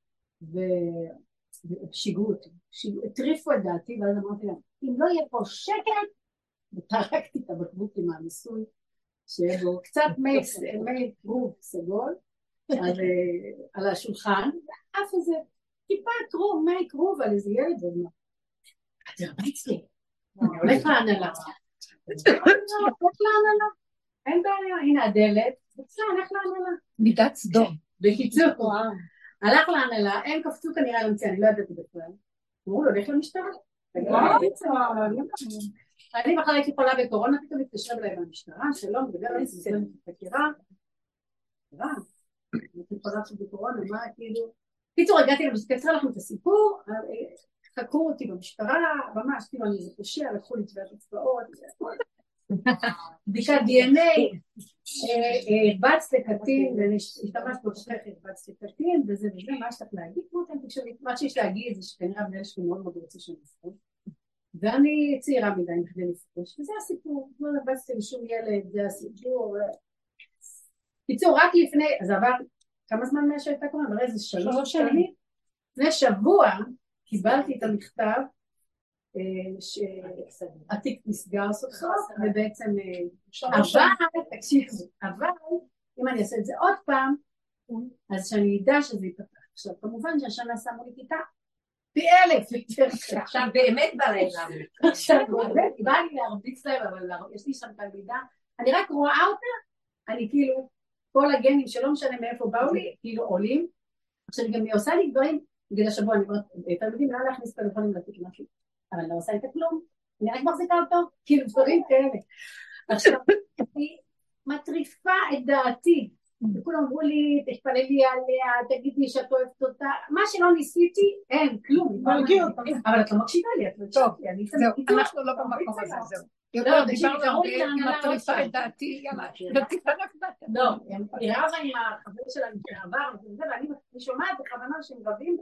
ושיגעו אותי, הטריפו את דעתי, ואז אמרתי להם, אם לא יהיה פה שקט, ופרקתי את הבקבוק עם הניסוי, שיהיה בו קצת מי כרוב סגול, על השולחן, ואף איזה טיפה כרוב, מי כרוב על איזה ילד, ואומר, את הרביץ לי, אני הולך להנהלה. הולך להנהלה. אין בעיה, הנה הדלת, בבקשה, הלך להנהלה. מידת סדום. בקיצור, הלך להנהלה, הם קפצו כנראה למציא, אני לא ידעתי בכלל. אמרו לו, הולך למשטרה. אני בכלל הייתי חולה בקורונה, פתאום מתקשר אליי במשטרה, שלום, מדבר על זה, חקירה. חקירה, הייתי חולה בקורונה, מה כאילו... קיצור, הגעתי לבסקצר לכם את הסיפור, חקרו אותי במשטרה, ממש, כאילו אני איזה פושע, לקחו לי טביעת אצבעות, בדיקת די אן איי, הרבצת לקטין, והשתמשת בשכך הרבצת לקטין, וזה וזה, מה יש לך להגיד? מה שיש להגיד זה שכנראה המנהל שלי מאוד מאוד רוצה שאני אפרוש, ואני צעירה מדי כדי לפרוש, וזה הסיפור, לא הרבצתי לשום ילד, זה הסיפור. קיצור, רק לפני, אז עבר כמה זמן מה שהייתה קורה? מראה איזה שלוש שנים, לפני שבוע קיבלתי את המכתב, שהתיק נסגר סוף סוף, ובעצם אבל, תקשיבו, אבל אם אני אעשה את זה עוד פעם, אז שאני ידע שזה יתפתח. עכשיו כמובן שהשנה שמו לי כיתה פי אלף יותר. עכשיו באמת בא להם להרביץ. עכשיו באמת בא לי להרביץ להם, אבל יש לי שם תלמידה, אני רק רואה אותה, אני כאילו, כל הגנים שלא משנה מאיפה באו לי, כאילו עולים. עכשיו גם היא עושה לי דברים, בגלל השבוע אני אומרת, תלמידים לא להכניס טלפונים לתיק משהו. אבל לא עושה את הכלום, אני רק מחזיקה אותו, כאילו דברים כאלה. עכשיו, היא מטריפה את דעתי, וכולם אמרו לי, תתפללי עליה, תגידי שאת אוהבת אותה, מה שלא ניסיתי, אין, כלום. אבל את לא מקשיבה לי, את לא מקשיבה לי. זהו, אנחנו לא במקום הזה, זהו. יותר דיברנו הרבה, היא מטריפה את דעתי, יאללה, ותתפלק דעתי. לא, היא רבה עם החבר שלנו שעבר, ואני שומעת בכוונה שהם רבים,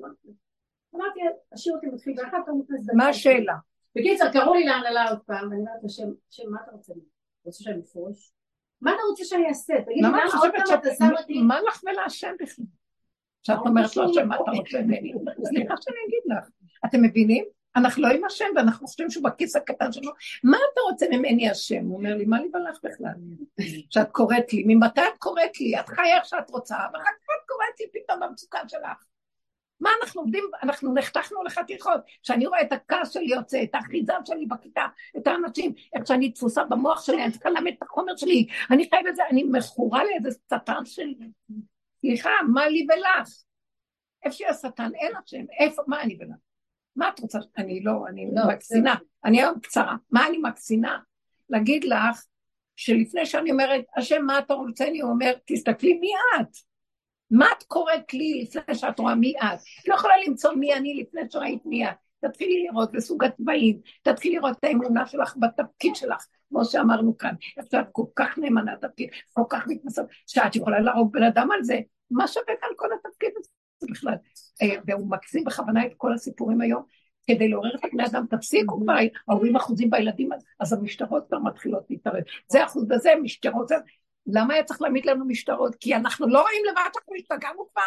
אמרתי, השאיר אותי מתחיל באחת, מה השאלה? בקיצר, קראו לי להנהלה עוד פעם, ואני אומרת לשם, שם, מה אתה רוצה לי? רוצה שאני אפרוש? מה אתה רוצה שאני אעשה? תגיד, למה את חושבת שאת, מה לך ולהשם בכלל? שאת אומרת לו השם, מה אתה רוצה ממני? סליחה שאני אגיד לך. אתם מבינים? אנחנו לא עם השם, ואנחנו חושבים שהוא בכיס הקטן שלו. מה אתה רוצה ממני השם? הוא אומר לי, מה לי בלך בכלל? שאת קוראת לי, ממתי את קוראת לי? את חיה איך שאת רוצה, ואחר כך את קוראת לי פתאום במצוקה שלך. מה אנחנו עובדים? אנחנו נחתכנו לחתיכות, שאני רואה את הכעס שלי יוצא, את האחיזה שלי בכיתה, את האנשים, איך שאני תפוסה במוח שלי, אני צריכה למד את החומר שלי, אני חייב את זה, אני מכורה לאיזה שטן שלי. סליחה, מה לי ולך? איפה שהיא השטן? אין השם, איפה, מה אני ולך? מה את רוצה? אני לא, אני לא, מקצינה, אני היום קצרה, מה אני מקצינה? להגיד לך, שלפני שאני אומרת, השם, מה אתה רוצה? אני אומר, תסתכלי מי את? מה את קוראת לי לפני שאת רואה מי את? את לא יכולה למצוא מי אני לפני שראית מי את. תתחילי לראות בסוג התוואים, תתחילי לראות את האמונה שלך בתפקיד שלך, כמו שאמרנו כאן, שאת כל כך נאמנה תפקיד, כל כך מתנסות, שאת יכולה להרוג בן אדם על זה, מה שווה כאן כל התפקיד הזה בכלל? והוא מקסים בכוונה את כל הסיפורים היום, כדי לעורר את בני אדם, תפסיקו כבר, ארבעים אחוזים בילדים, אז המשטרות כבר מתחילות להתערב, זה אחוז בזה, משטרות זה, למה היה צריך להעמיד לנו משטרות? כי אנחנו לא רואים לבד שאנחנו השתגענו כבר.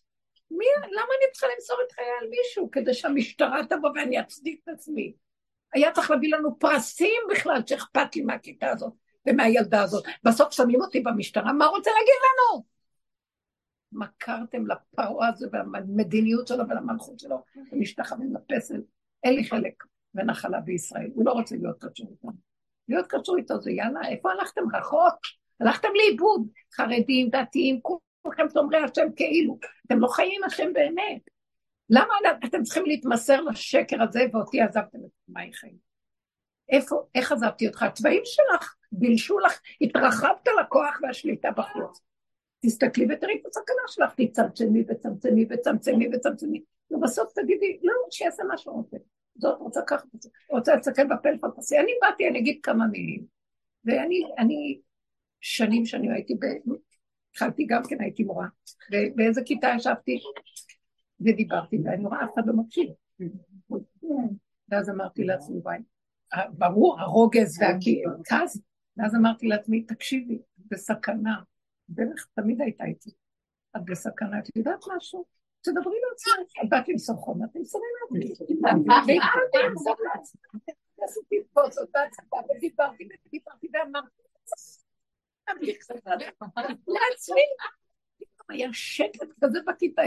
מי, למה אני צריכה למסור את חיי על מישהו? כדי שהמשטרה תבוא ואני אצדיק את עצמי. היה צריך להביא לנו פרסים בכלל שאכפת לי מהכיתה הזאת ומהילדה הזאת. בסוף שמים אותי במשטרה, מה רוצה להגיד לנו? מכרתם לפרעה הזה והמדיניות שלו ולמלכות שלו, ומשתחווים לפסל. אין לי חלק ונחלה בישראל. הוא לא רוצה להיות קשור איתם. להיות קשור איתו זה יאללה, איפה הלכתם רחוק? הלכתם לאיבוד, חרדים, דתיים, כולכם תאמרי השם כאילו, אתם לא חיים השם באמת. למה אתם צריכים להתמסר לשקר הזה, ואותי עזבתם את מהי חיים? איפה, איך עזבתי אותך? הצבעים שלך, בלשו לך, התרחבת לכוח והשליטה בחוץ. תסתכלי ותראי את הסכנה שלך, תצמצמי וצמצמי וצמצמי וצמצמי, ובסוף תגידי, לא, שיעשה מה שהוא רוצה. זאת רוצה ככה, רוצה לצקל בפלפון, אני באתי, אני אגיד כמה מילים, ואני, אני, שנים שאני הייתי, התחלתי גם כן, הייתי מורה, ובאיזה כיתה ישבתי ודיברתי, ואני רואה אף אחד לא מקשיב. ואז אמרתי לעצמי, ברור, הרוגז והכעס, ואז אמרתי לעצמי, תקשיבי, בסכנה, בערך תמיד הייתה איתי, את בסכנה, את יודעת משהו? תדברי לעצמך, את באת למסור חומר, אתם שמים לעצמי, והתחלתי למסור לעצמי, עשיתי פה, זאת הצפה, ודיברתי ודיברתי ואמרתי, לעצמי, היה שקט כזה בכיתה,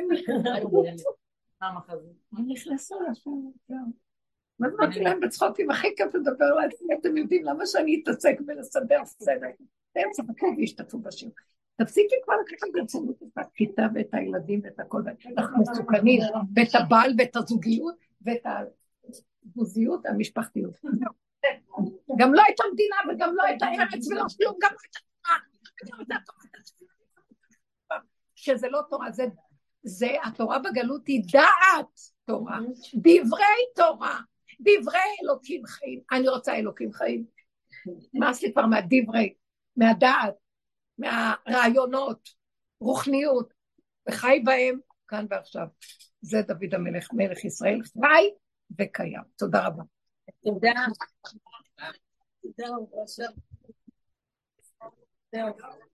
הם נכנסו לשם, מה אמרתי להם בצחוקים, הכי כיף לדבר לעצמי, אתם יודעים למה שאני אתעסק ולסדר סדר, והם צחקו והשתתפו בשיעור. תפסיקי כבר לקחת ברצינות את הכיתה ואת הילדים ואת הכל, אנחנו מסוכנים, ואת הבעל ואת הזוגיות ואת הגוזיות, המשפחתיות. גם לא את המדינה וגם לא את הארץ ולא שלום, גם לא את התורה. שזה לא תורה, זה התורה בגלות היא דעת. תורה, דברי תורה, דברי אלוקים חיים. אני רוצה אלוקים חיים. מה עשי כבר מהדברי, מהדעת, מהרעיונות, רוחניות, וחי בהם כאן ועכשיו. זה דוד המלך, מלך ישראל, חי וקיים. תודה רבה. תודה. תודה רבה.